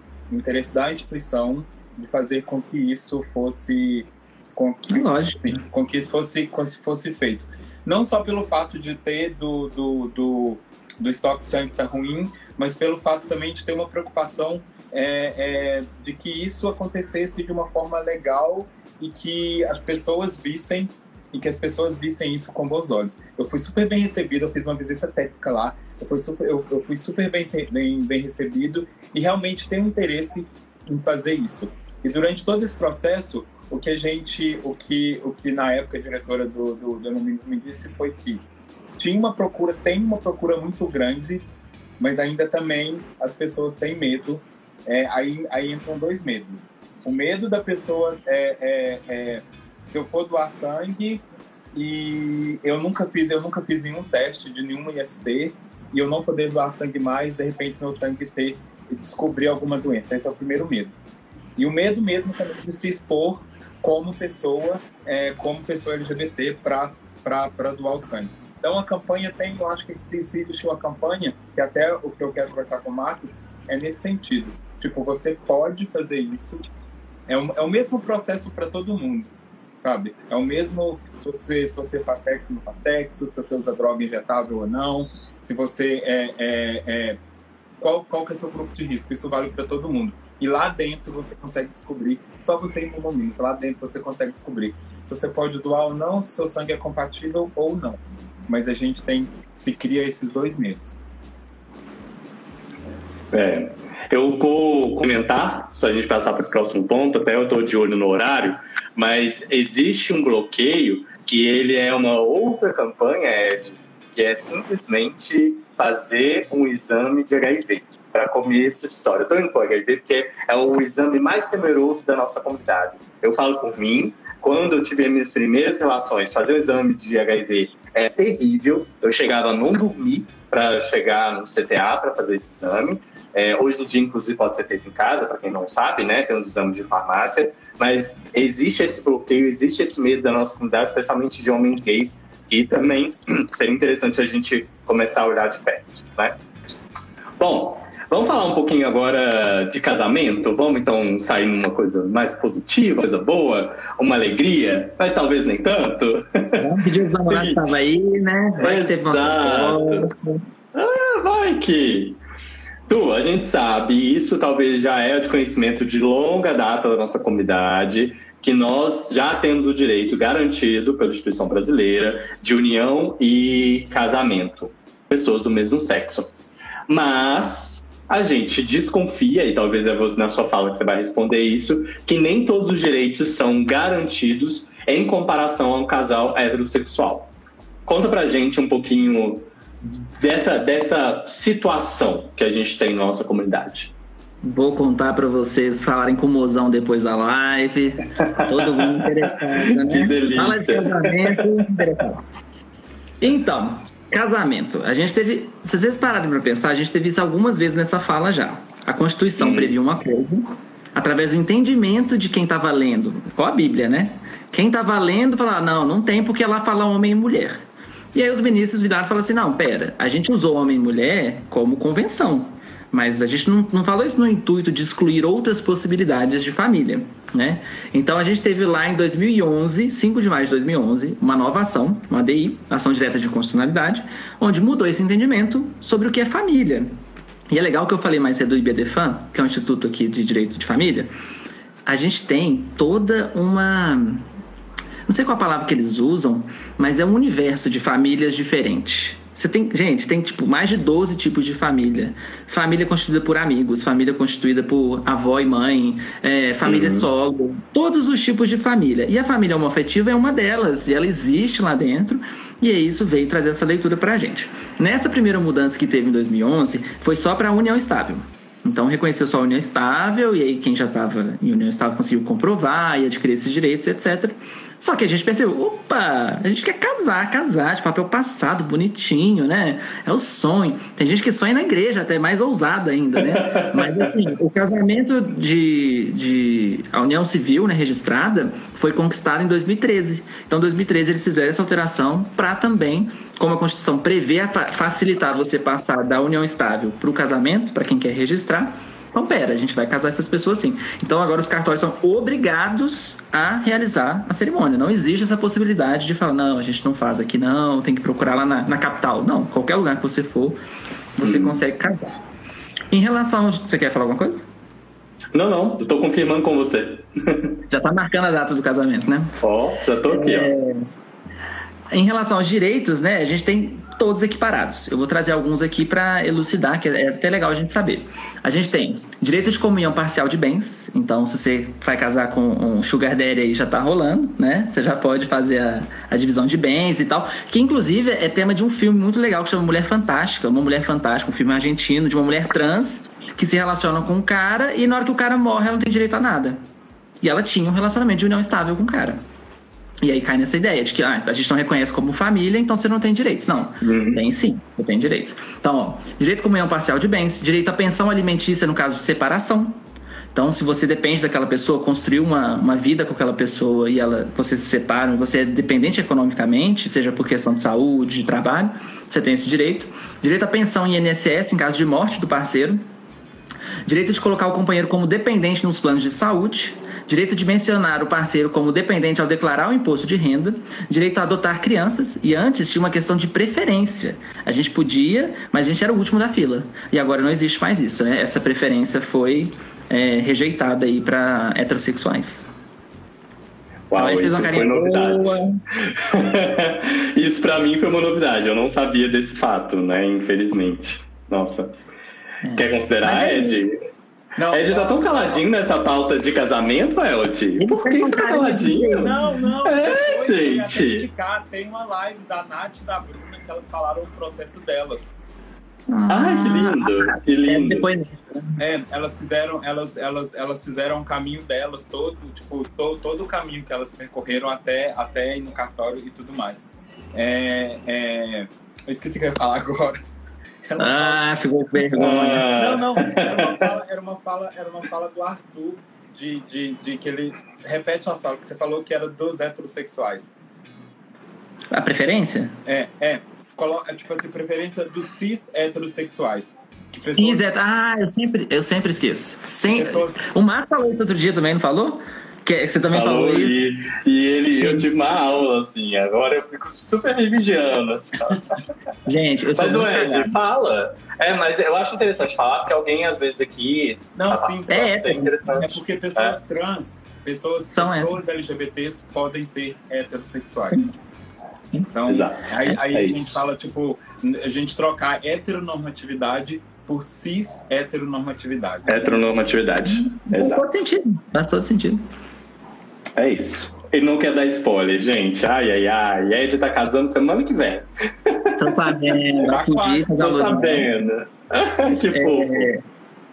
de fazer com que isso fosse com que isso fosse feito. Não só pelo fato de ter do estoque de sangue tá ruim, mas pelo fato também de ter uma preocupação de que isso acontecesse de uma forma legal e que as pessoas vissem isso com bons olhos. Eu fui super bem recebido, eu fiz uma visita técnica lá, eu fui super bem recebido e realmente tenho interesse em fazer isso. E durante todo esse processo, o que na época a diretora do Hemominas me disse foi que tem uma procura muito grande, mas ainda também as pessoas têm medo. Aí entram dois medos. O medo da pessoa se eu for doar sangue e eu nunca fiz nenhum teste de nenhuma IST e eu não poder doar sangue mais, de repente meu sangue descobrir alguma doença. Esse é o primeiro medo. E o medo mesmo também de se expor como pessoa LGBT para doar o sangue. Então a campanha eu acho que se existe uma campanha, que até o que eu quero conversar com o Marcos, é nesse sentido. Tipo, você pode fazer isso, é o mesmo processo para todo mundo, sabe? É o mesmo se você faz sexo ou não faz sexo, se você usa droga injetável ou não, se você qual que é o seu grupo de risco, isso vale para todo mundo. E lá dentro você consegue descobrir, só você ir no momento, lá dentro você consegue descobrir se você pode doar ou não, se seu sangue é compatível ou não. Mas a gente se cria esses dois medos. Eu vou comentar, se a gente passar para o próximo ponto, até eu estou de olho no horário, mas existe um bloqueio que ele é uma outra campanha, Ed, que é simplesmente fazer um exame de HIV. Para começo de história. Eu estou indo para o HIV porque é o exame mais temeroso da nossa comunidade. Eu falo por mim, quando eu tive minhas primeiras relações, fazer o exame de HIV é terrível. Eu chegava a não dormir para chegar no CTA para fazer esse exame. Hoje em dia, inclusive, pode ser feito em casa, para quem não sabe, né? Tem uns exames de farmácia. Mas existe esse bloqueio, existe esse medo da nossa comunidade, especialmente de homens gays, que também seria interessante a gente começar a olhar de perto, né? Bom, vamos falar um pouquinho agora de casamento? Vamos então sair numa coisa mais positiva, coisa boa, uma alegria, mas talvez nem tanto. Vamos pedir os namorados que estavam aí, né? Vai que teve vai que... a gente sabe, e isso talvez já é de conhecimento de longa data da nossa comunidade, que nós já temos o direito garantido pela instituição brasileira de união e casamento, pessoas do mesmo sexo. Mas a gente desconfia, e talvez é você na sua fala que você vai responder isso, que nem todos os direitos são garantidos em comparação a um casal heterossexual. Conta pra gente um pouquinho dessa situação que a gente tem na nossa comunidade. Vou contar pra vocês falarem com o mozão depois da live. Todo mundo interessado, né? Que delícia. Fala de casamento, interessado. Então, casamento. A gente teve, se vocês pararem para pensar, a gente teve isso algumas vezes nessa fala já. A Constituição previa uma coisa, através do entendimento de quem estava lendo, igual a Bíblia, né? Quem estava lendo falava, não tem porque lá fala homem e mulher. E aí os ministros viraram e falaram assim, não, pera, a gente usou homem e mulher como convenção, mas a gente não falou isso no intuito de excluir outras possibilidades de família, né? Então a gente teve lá em 2011, 5 de maio de 2011, uma nova ação, uma ADI, Ação Direta de Constitucionalidade, onde mudou esse entendimento sobre o que é família. E é legal que eu falei mais cedo do IBDFAM, que é um instituto aqui de direito de família. A gente tem toda uma... não sei qual a palavra que eles usam, mas é um universo de famílias diferentes. Tem tipo mais de 12 tipos de família. Família constituída por amigos, família constituída por avó e mãe, família solo, todos os tipos de família. E a família homoafetiva é uma delas, e ela existe lá dentro, e isso veio trazer essa leitura pra gente. Nessa primeira mudança que teve em 2011, foi só para a união estável. Então reconheceu só a união estável, e aí quem já estava em união estável conseguiu comprovar e adquirir esses direitos, etc. Só que a gente percebeu, opa, a gente quer casar de papel passado, bonitinho, né? É o sonho. Tem gente que sonha na igreja, até mais ousado ainda, né? Mas assim, o casamento a união civil, né, registrada, foi conquistado em 2013. Então em 2013 eles fizeram essa alteração para também, como a Constituição prevê, facilitar você passar da união estável para o casamento, para quem quer registrar. Então, a gente vai casar essas pessoas sim. Então, agora os cartórios são obrigados a realizar a cerimônia. Não existe essa possibilidade de falar, não, a gente não faz aqui não, tem que procurar lá na capital. Não, qualquer lugar que você for, você consegue casar. Em relação... Você quer falar alguma coisa? Não, eu tô confirmando com você. Já tá marcando a data do casamento, né? Já tô aqui, Em relação aos direitos, né, a gente tem todos equiparados. Eu vou trazer alguns aqui para elucidar, que é até legal a gente saber. A gente tem direito de comunhão parcial de bens. Então, se você vai casar com um sugar daddy aí, já tá rolando, né? Você já pode fazer a divisão de bens e tal. Que, inclusive, é tema de um filme muito legal que chama Mulher Fantástica. Uma Mulher Fantástica, um filme argentino de uma mulher trans que se relaciona com um cara e na hora que o cara morre, ela não tem direito a nada. E ela tinha um relacionamento de união estável com o cara. E aí cai nessa ideia de que a gente não reconhece como família, então você não tem direitos. Não, tem sim, você tem direitos. Então, direito à comunhão parcial de bens, direito à pensão alimentícia no caso de separação. Então, se você depende daquela pessoa, construiu uma vida com aquela pessoa e vocês se separam, você é dependente economicamente, seja por questão de saúde, de trabalho, você tem esse direito. Direito à pensão em INSS em caso de morte do parceiro. Direito de colocar o companheiro como dependente nos planos de saúde. Direito de mencionar o parceiro como dependente ao declarar o imposto de renda. Direito a adotar crianças. E antes tinha uma questão de preferência. A gente podia, mas a gente era o último da fila. E agora não existe mais isso, né? Essa preferência foi rejeitada aí para heterossexuais. Uau, isso foi novidade. Isso para mim foi uma novidade. Eu não sabia desse fato, né? Infelizmente. Nossa. Quer considerar, Ed? Não, Ed tá tão caladinho nessa pauta de casamento, Ed? Por que você tá caladinho? Não. Gente. Tem uma live da Nath e da Bruna que elas falaram o processo delas. Que lindo, que lindo. Depois... elas fizeram o caminho delas todo, tipo, todo o caminho que elas percorreram até ir no cartório e tudo mais. Eu esqueci o que eu ia falar agora. Ficou com vergonha. Não. Era uma fala do Arthur de que ele repete a fala que você falou que era dos heterossexuais. A preferência? Tipo assim, preferência dos cis heterossexuais. Eu sempre esqueço. O Marcos falou isso outro dia também, não falou? Que você também falou isso. E eu tive uma aula, assim, agora eu fico super me vigiando. Assim. Gente, eu sou mas muito Ed, fala. Mas eu acho interessante falar, porque alguém às vezes aqui... Não, sim. É interessante. É porque pessoas trans, pessoas LGBTs podem ser heterossexuais. Sim. Então, aí a gente fala, tipo, a gente trocar heteronormatividade por cis heteronormatividade. Heteronormatividade, exato. Faz todo sentido. É isso. Ele não quer dar spoiler, gente. Ed tá casando semana que vem. Tô sabendo. Tô sabendo. Que fofo.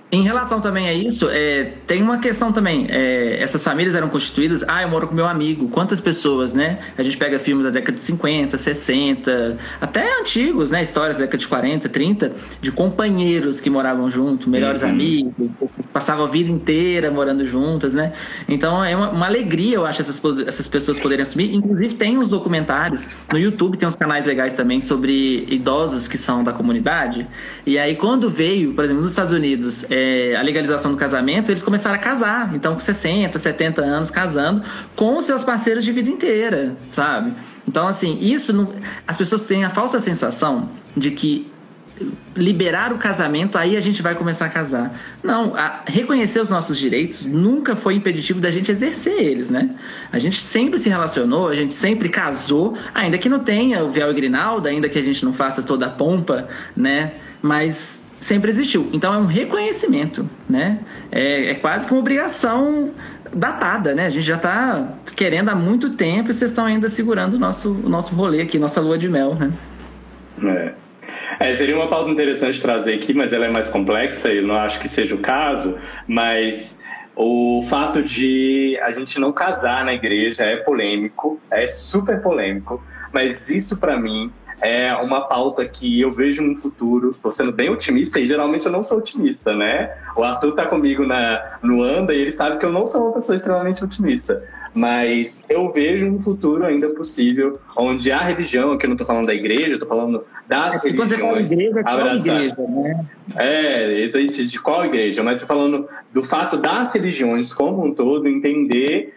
Em relação também a isso, tem uma questão também, essas famílias eram constituídas, eu moro com meu amigo, quantas pessoas, né? A gente pega filmes da década de 50, 60, até antigos, né? Histórias da década de 40, 30, de companheiros que moravam junto, melhores amigos, passavam a vida inteira morando juntas, né? Então é uma alegria, eu acho, essas pessoas poderem assumir. Inclusive tem uns documentários, no YouTube tem uns canais legais também sobre idosos que são da comunidade, e aí quando veio, por exemplo, nos Estados Unidos, a legalização do casamento, eles começaram a casar, então com 60, 70 anos casando com os seus parceiros de vida inteira, sabe? Então assim, as pessoas têm a falsa sensação de que liberar o casamento, aí a gente vai começar a casar. Não, reconhecer os nossos direitos nunca foi impeditivo da gente exercer eles, né? A gente sempre se relacionou, a gente sempre casou, ainda que não tenha o véu e grinalda, ainda que a gente não faça toda a pompa, né? Mas sempre existiu. Então é um reconhecimento, né? É quase que uma obrigação datada, né? A gente já está querendo há muito tempo e vocês estão ainda segurando o nosso rolê aqui, nossa lua de mel, né? Seria uma pauta interessante trazer aqui, mas ela é mais complexa e eu não acho que seja o caso, mas o fato de a gente não casar na igreja é polêmico, é super polêmico, mas isso para mim é uma pauta que eu vejo no futuro. Tô sendo bem otimista e geralmente eu não sou otimista, né? O Arthur tá comigo no Anda e ele sabe que eu não sou uma pessoa extremamente otimista. Mas eu vejo um futuro ainda possível onde a religião, aqui eu não tô falando da igreja, eu tô falando das religiões. Quando você fala igreja, qual igreja, né? Isso aí, de qual igreja, mas tô falando do fato das religiões como um todo entender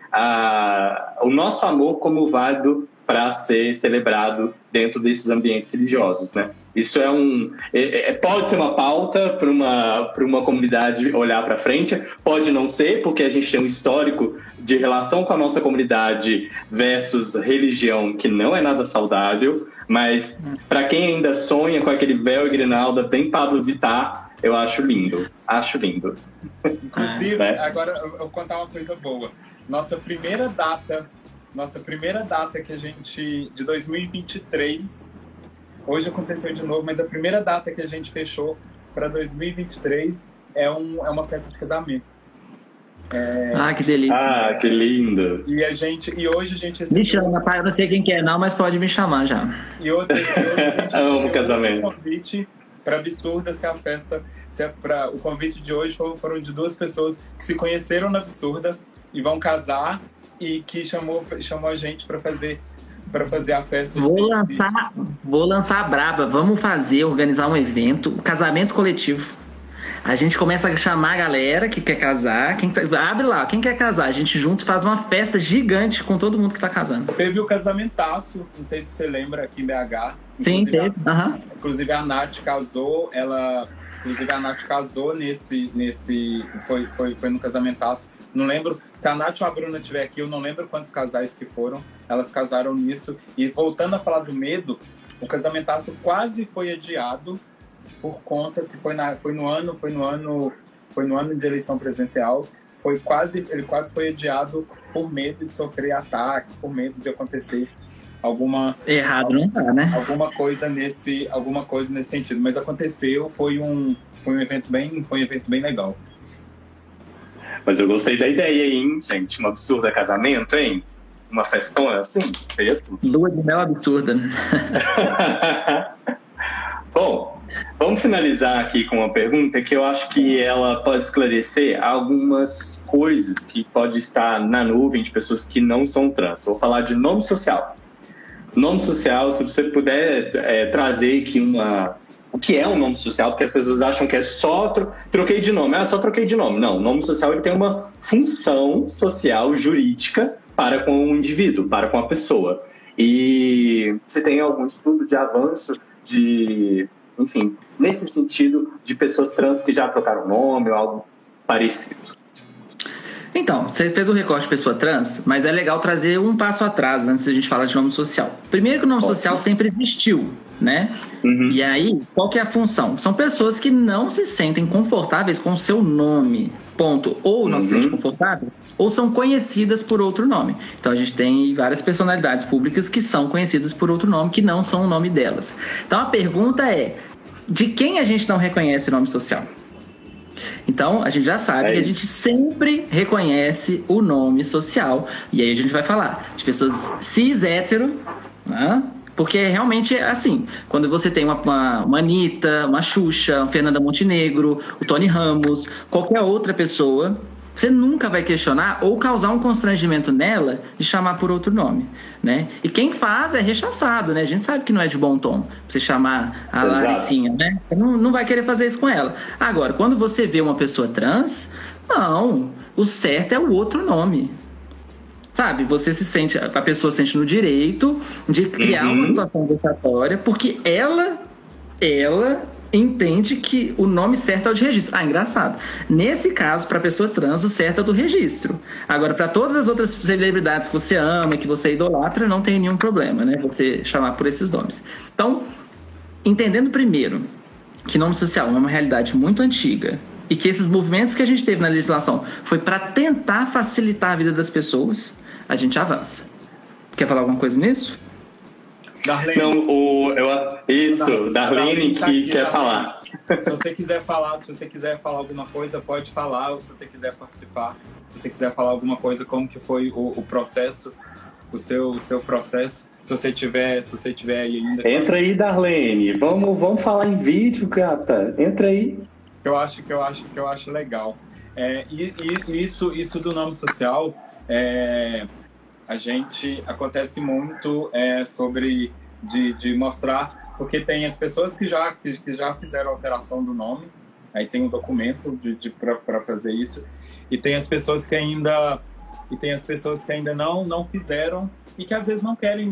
o nosso amor como válido para ser celebrado dentro desses ambientes religiosos, né? Isso pode ser uma pauta para uma comunidade olhar para frente, pode não ser, porque a gente tem um histórico de relação com a nossa comunidade versus religião que não é nada saudável, mas para quem ainda sonha com aquele véu e grinalda bem Pablo Vittar, eu acho lindo. Inclusive, agora eu vou contar uma coisa boa. Nossa primeira data que a gente, de 2023, hoje aconteceu de novo, mas a primeira data que a gente fechou para 2023 é uma festa de casamento. Que delícia. Que lindo. E hoje a gente recebeu... Me chama, pai, eu não sei quem que é não, mas pode me chamar já. E hoje a gente amo casamento. Um convite para Absurda ser a festa. O convite de hoje foram de 2 pessoas que se conheceram na Absurda e vão casar, e que chamou a gente para fazer a festa. Vou lançar a braba. Vamos organizar um evento, casamento coletivo. A gente começa a chamar a galera que quer casar. Abre lá, quem quer casar? A gente junto faz uma festa gigante com todo mundo que tá casando. Teve o casamentaço, não sei se você lembra, aqui em BH. Sim, teve. Inclusive a Nath casou, foi no casamentaço. Não lembro, se a Nath ou a Bruna estiver aqui, eu não lembro quantos casais que foram. Elas casaram nisso. E voltando a falar do medo, o casamentaço quase foi adiado por conta que foi no ano de eleição presidencial. Ele quase foi adiado por medo de sofrer ataques, por medo de acontecer errado não tá, né? Alguma coisa nesse sentido. Mas aconteceu, foi um evento bem legal. Mas eu gostei da ideia, hein, gente? Uma absurda casamento, hein? Uma festona assim, seria tudo. Lua de mel absurda. Bom, vamos finalizar aqui com uma pergunta que eu acho que ela pode esclarecer algumas coisas que pode estar na nuvem de pessoas que não são trans. Vou falar de nome social. Nome social, se você puder trazer aqui o que é um nome social, porque as pessoas acham que é só troquei de nome. Só troquei de nome. Não, o nome social ele tem uma função social, jurídica, para com o indivíduo, para com a pessoa. E você tem algum estudo de avanço enfim, nesse sentido, de pessoas trans que já trocaram nome ou algo parecido? Então, você fez o recorte de pessoa trans, mas é legal trazer um passo atrás antes de a gente falar de nome social. Primeiro que o nome social sempre existiu, né? Uhum. E aí, qual que é a função? São pessoas que não se sentem confortáveis com o seu nome, ponto. Ou não se sentem confortáveis, ou são conhecidas por outro nome. Então a gente tem várias personalidades públicas que são conhecidas por outro nome, que não são o nome delas. Então a pergunta é, de quem a gente não reconhece o nome social? Então, a gente já sabe que a gente sempre reconhece o nome social. E aí a gente vai falar de pessoas cis hétero, né? Porque realmente é assim. Quando você tem uma Anitta, uma Xuxa, uma Fernanda Montenegro, o Tony Ramos, qualquer outra pessoa, você nunca vai questionar ou causar um constrangimento nela de chamar por outro nome, né? E quem faz é rechaçado, né? A gente sabe que não é de bom tom você chamar a Laricinha, né? Você não vai querer fazer isso com ela. Agora, quando você vê uma pessoa trans, não, o certo é o outro nome. Sabe, a pessoa se sente no direito de criar uma situação vexatória porque ela entende que o nome certo é o de registro. Ah, engraçado. Nesse caso, para a pessoa trans, o certo é o do registro. Agora, para todas as outras celebridades que você ama, que você idolatra, não tem nenhum problema, né? Você chamar por esses nomes. Então, entendendo primeiro que nome social é uma realidade muito antiga e que esses movimentos que a gente teve na legislação foi para tentar facilitar a vida das pessoas, a gente avança. Quer falar alguma coisa nisso? Darlene. Não, Darlene que aqui, quer falar. Se você quiser falar alguma coisa, pode falar, ou se você quiser participar, se você quiser falar alguma coisa, como que foi o processo, o seu processo, se você tiver aí ainda. Entra aí, Darlene, vamos falar em vídeo, gata, entra aí. Eu acho legal. E isso do nome social, a gente acontece muito sobre de mostrar, porque tem as pessoas que já fizeram a alteração do nome, aí tem um documento para fazer isso, e tem as pessoas que ainda não fizeram e que às vezes não querem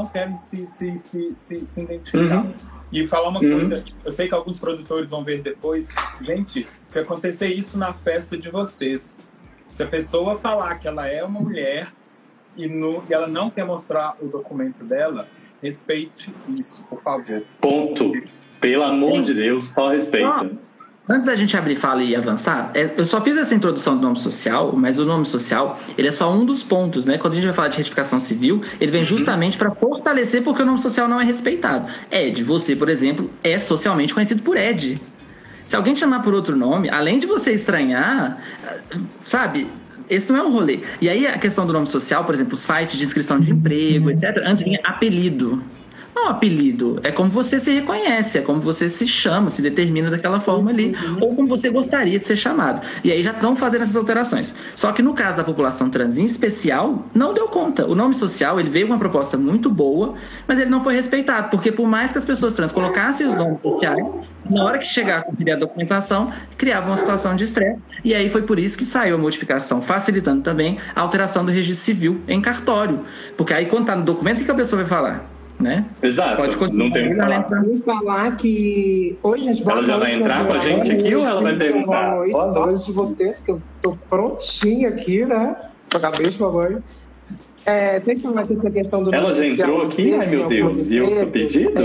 se identificar. E falar uma coisa, eu sei que alguns produtores vão ver depois, gente, se acontecer isso na festa de vocês, se a pessoa falar que ela é uma mulher e ela não quer mostrar o documento dela, respeite isso, por favor. Ponto. Pelo amor de Deus, só respeita. Antes da gente abrir fala e avançar, eu só fiz essa introdução do nome social, mas o nome social, ele é só um dos pontos, né? Quando a gente vai falar de retificação civil, ele vem justamente para fortalecer porque o nome social não é respeitado. Ed, você, por exemplo, é socialmente conhecido por Ed. Se alguém te chamar por outro nome, além de você estranhar, sabe, esse não é um rolê. E aí a questão do nome social, por exemplo, site de inscrição de emprego, etc., antes vinha apelido. Não, apelido é como você se reconhece, é como você se chama, se determina daquela forma ali, ou como você gostaria de ser chamado. E aí já estão fazendo essas alterações. Só que no caso da população trans em especial, não deu conta. O nome social, ele veio com uma proposta muito boa, mas ele não foi respeitado, porque por mais que as pessoas trans colocassem os nomes sociais, na hora que chegar a conferir a documentação, criava uma situação de estresse. E aí foi por isso que saiu a modificação, facilitando também a alteração do registro civil em cartório. Porque aí quando está no documento, o que a pessoa vai falar? Né? Exato, pode continuar. Não tem o que falar. Vamos falar que... Oi, gente, boa ela já vai entrar com a gente aqui ou ela vai perguntar? Boa noite de vocês, que eu tô prontinha aqui, né? Acabei de falar. Tem que falar que essa questão do... Ela já entrou aqui? Ai, meu Deus, e eu tô pedido?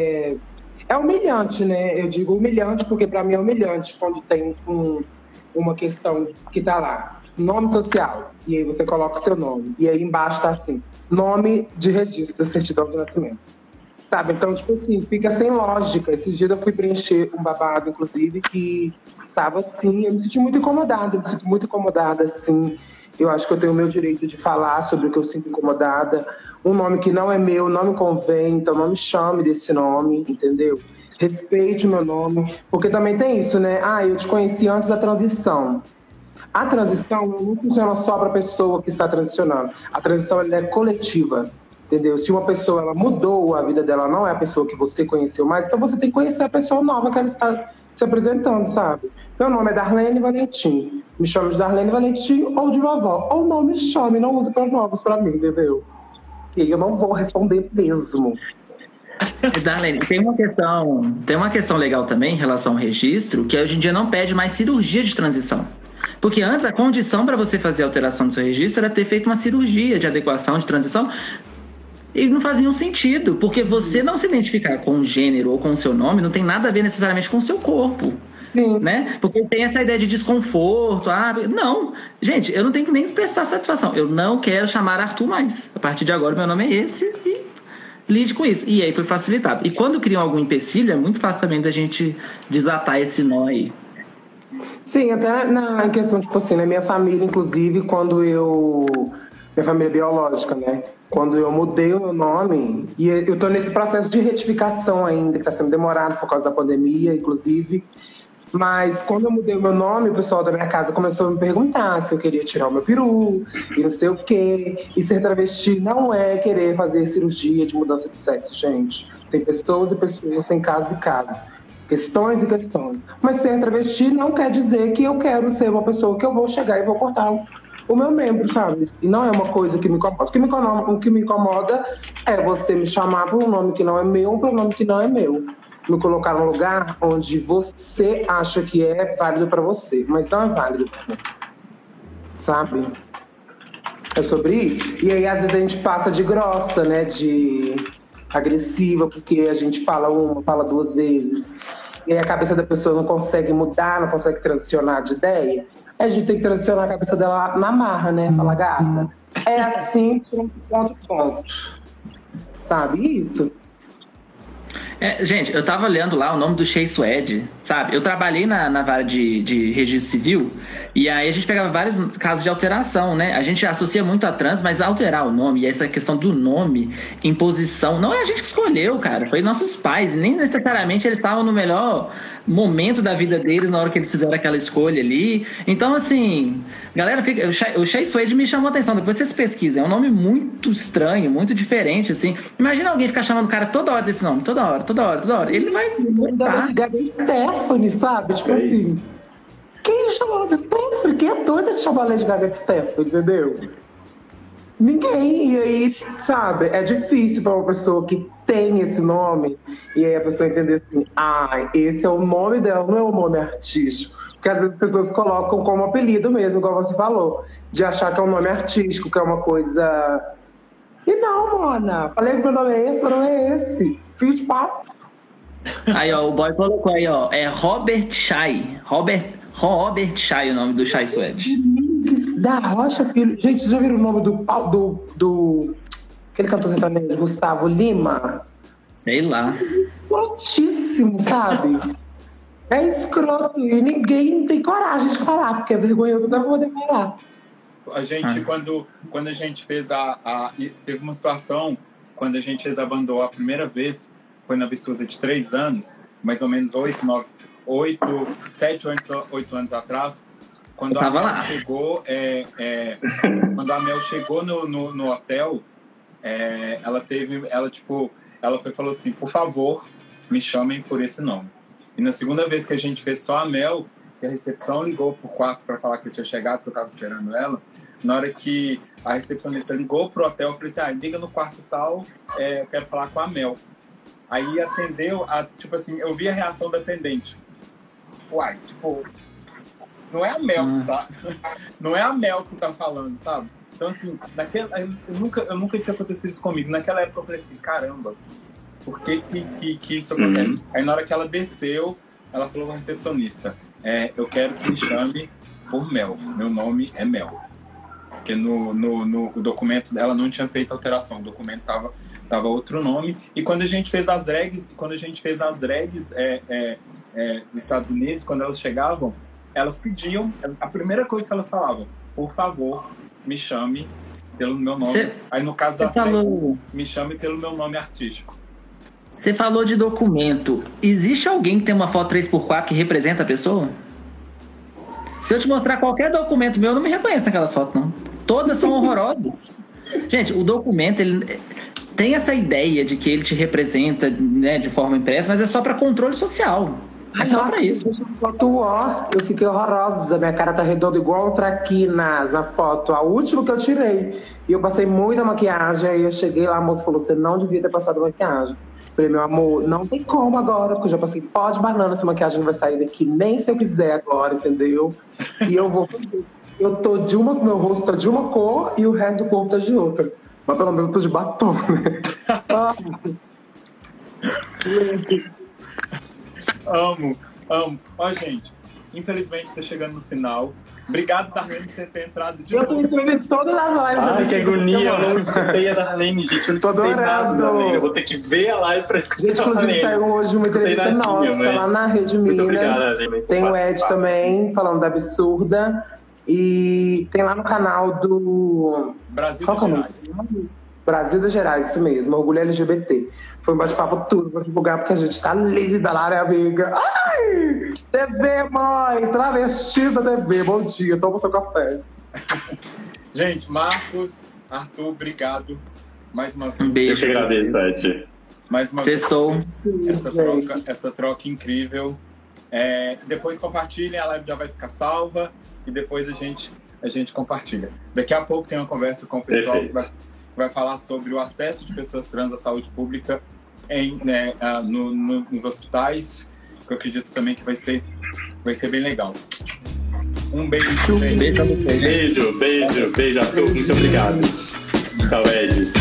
É humilhante, né? Eu digo humilhante porque para mim é humilhante quando tem uma questão que tá lá, nome social, e aí você coloca o seu nome, e aí embaixo tá assim, nome de registro da certidão de nascimento. Sabe? Então, tipo assim, fica sem lógica. Esses dias eu fui preencher um babado, inclusive, que tava assim, eu me senti muito incomodada, assim. Eu acho que eu tenho o meu direito de falar sobre o que eu sinto incomodada. Um nome que não é meu, não me convém, então não me chame desse nome, entendeu? Respeite o meu nome, porque também tem isso, né? Eu te conheci antes da transição. A transição não funciona só para a pessoa que está transicionando. A transição ela é coletiva, entendeu? Se uma pessoa ela mudou a vida dela, não é a pessoa que você conheceu mais, então você tem que conhecer a pessoa nova que ela está se apresentando, sabe? Meu nome é Darlene Valentim. Me chame de Darlene Valentim ou de vovó. Ou não me chame, não use pronomes para mim, entendeu? E eu não vou responder mesmo. Darlene, tem uma questão legal também em relação ao registro, que hoje em dia não pede mais cirurgia de transição. Porque antes a condição para você fazer a alteração do seu registro era ter feito uma cirurgia de adequação, de transição, e não fazia um sentido, porque você não se identificar com o gênero ou com o seu nome não tem nada a ver necessariamente com o seu corpo. Sim. Né? Porque tem essa ideia de desconforto. Não, gente, eu não tenho que nem prestar satisfação. Eu não quero chamar Arthur mais. A partir de agora, meu nome é esse e lide com isso. E aí foi facilitado. E quando criam algum empecilho, é muito fácil também da gente desatar esse nó aí. Sim, até na questão, tipo assim, na minha família, inclusive, minha família biológica, né? Quando eu mudei o meu nome, e eu tô nesse processo de retificação ainda, que tá sendo demorado por causa da pandemia, inclusive. Mas quando eu mudei o meu nome, o pessoal da minha casa começou a me perguntar se eu queria tirar o meu peru e não sei o quê. E ser travesti não é querer fazer cirurgia de mudança de sexo, gente. Tem pessoas e pessoas, tem casos e casos. Questões e questões. Mas ser travesti não quer dizer que eu quero ser uma pessoa que eu vou chegar e vou cortar o meu membro, sabe? E não é uma coisa que me incomoda. O que me incomoda é você me chamar por um nome que não é meu, por um nome que não é meu. Me colocar num lugar onde você acha que é válido pra você, mas não é válido pra mim. Sabe? É sobre isso. E aí, às vezes, a gente passa de grossa, né? De agressiva, porque a gente fala duas vezes. E aí a cabeça da pessoa não consegue mudar, não consegue transicionar de ideia. Aí a gente tem que transicionar a cabeça dela na marra, né? Fala, gata, é assim, ponto. Sabe isso? Gente, eu tava olhando lá o nome do Shea Suede, sabe? Eu trabalhei na vara de registro civil e aí a gente pegava vários casos de alteração, né? A gente associa muito a trans, mas alterar o nome e essa questão do nome, imposição, não é a gente que escolheu, cara. Foi nossos pais, nem necessariamente eles estavam no melhor momento da vida deles na hora que eles fizeram aquela escolha ali. Então, assim, galera, o Shea Suede me chamou a atenção. Depois vocês pesquisem, é um nome muito estranho, muito diferente, assim. Imagina alguém ficar chamando o cara toda hora desse nome, toda hora. Ele vai mudar. Stephanie, sabe? Tipo assim, quem chamou de Stephanie? Quem é doida de chamar a Lady Gaga de Stephanie, entendeu? Ninguém. E aí, sabe, é difícil para uma pessoa que tem esse nome e aí a pessoa entender assim, esse é o nome dela, não é o nome artístico. Porque às vezes as pessoas colocam como apelido mesmo, igual você falou, de achar que é um nome artístico, que é uma coisa... E não, Mona, falei que meu nome é esse, meu nome é esse. Fiz papo. Aí, ó, o boy colocou aí, ó, é Robert Shai. Robert Shai, o nome do Shea Suede. Da Rocha, filho. Gente, vocês já viram o nome do aquele cantor sertanejo, Gustavo Lima? Sei lá. Escrotíssimo, sabe? É escroto e ninguém tem coragem de falar, porque é vergonhoso até poder falar. A gente, quando a gente fez teve uma situação, quando a gente fez a Bandô a primeira vez, foi na Absurda de 3 anos, mais ou menos 8 anos atrás, quando a Mel chegou, quando a Mel chegou no hotel, ela falou assim, por favor, me chamem por esse nome. E na segunda vez que a gente fez só a Mel, que a recepção ligou pro quarto para falar que eu tinha chegado, que eu tava esperando ela, na hora que a recepcionista ligou pro hotel, eu falei assim, liga no quarto tal, eu quero falar com a Mel. Aí atendeu, tipo assim, eu vi a reação da atendente. Uai, tipo, não é a Mel que tá, não é a Mel que tá falando, sabe? Então assim, eu nunca tinha acontecido isso comigo. Naquela época eu falei assim, caramba, por que isso acontece? Aí na hora que ela desceu, ela falou com a recepcionista, eu quero que me chame por Mel, meu nome é Mel. Porque no documento dela não tinha feito alteração, o documento tava outro nome. E quando a gente fez as drags, dos Estados Unidos, quando elas chegavam, elas pediam, a primeira coisa que elas falavam, por favor, me chame pelo meu nome. Aí no caso das drags, me chame pelo meu nome artístico. Você falou de documento. Existe alguém que tem uma foto 3x4 que representa a pessoa? Se eu te mostrar qualquer documento meu, eu não me reconheço naquelas fotos, não. Todas são horrorosas. Gente, o documento, ele tem essa ideia de que ele te representa, né, de forma impressa, mas é só para controle social. É só pra isso. Eu fiquei horrorosa. Minha cara tá redonda igual um traquinas na foto. A última que eu tirei. E eu passei muita maquiagem. Aí eu cheguei lá, a moça falou, você não devia ter passado maquiagem. Falei, meu amor, não tem como agora, porque eu já passei pó de banana, essa maquiagem não vai sair daqui nem se eu quiser agora, entendeu? E eu vou fazer. Meu rosto tá de uma cor e o resto do corpo tá de outra. Mas pelo menos eu tô de batom, né? Amo. Ó, gente, infelizmente tá chegando no final, Obrigado, Darlene, por você ter entrado de Eu tô novo. entrando em todas as lives. Ai, que agonia, eu não escutei a Darlene, gente. Eu não Tô escutei nada, adorando. Darlene. Eu vou ter que ver a live pra escutar Gente, a inclusive Darlene. saiu hoje uma entrevista Escutei nadinha, nossa mas- lá na Rede Muito Minas. obrigado, Darlene. Tem o Ed também, falando da Absurda. E tem lá no canal do... Brasil Qual dos que é o nome? Gerais. Brasil das Gerais, isso mesmo. Orgulho LGBT. Foi um bate-papo tudo pra divulgar, porque a gente tá linda lá, né, amiga? Ai! TV, mãe! Travesti da TV. Bom dia, toma seu café. Gente, Marcos, Arthur, obrigado. Mais uma Um vez. Eu beijo. que agradeço, Ed. Mais uma vez. Sextou. Essa troca incrível. Depois compartilhem, a live já vai ficar salva e depois a gente compartilha. Daqui a pouco tem uma conversa com o pessoal que vai falar sobre o acesso de pessoas trans à saúde pública nos hospitais, que eu acredito também que vai ser bem legal. Um beijo. Beijo a vocês. Beijo, Arthur. Muito obrigado. Tchau, Ed.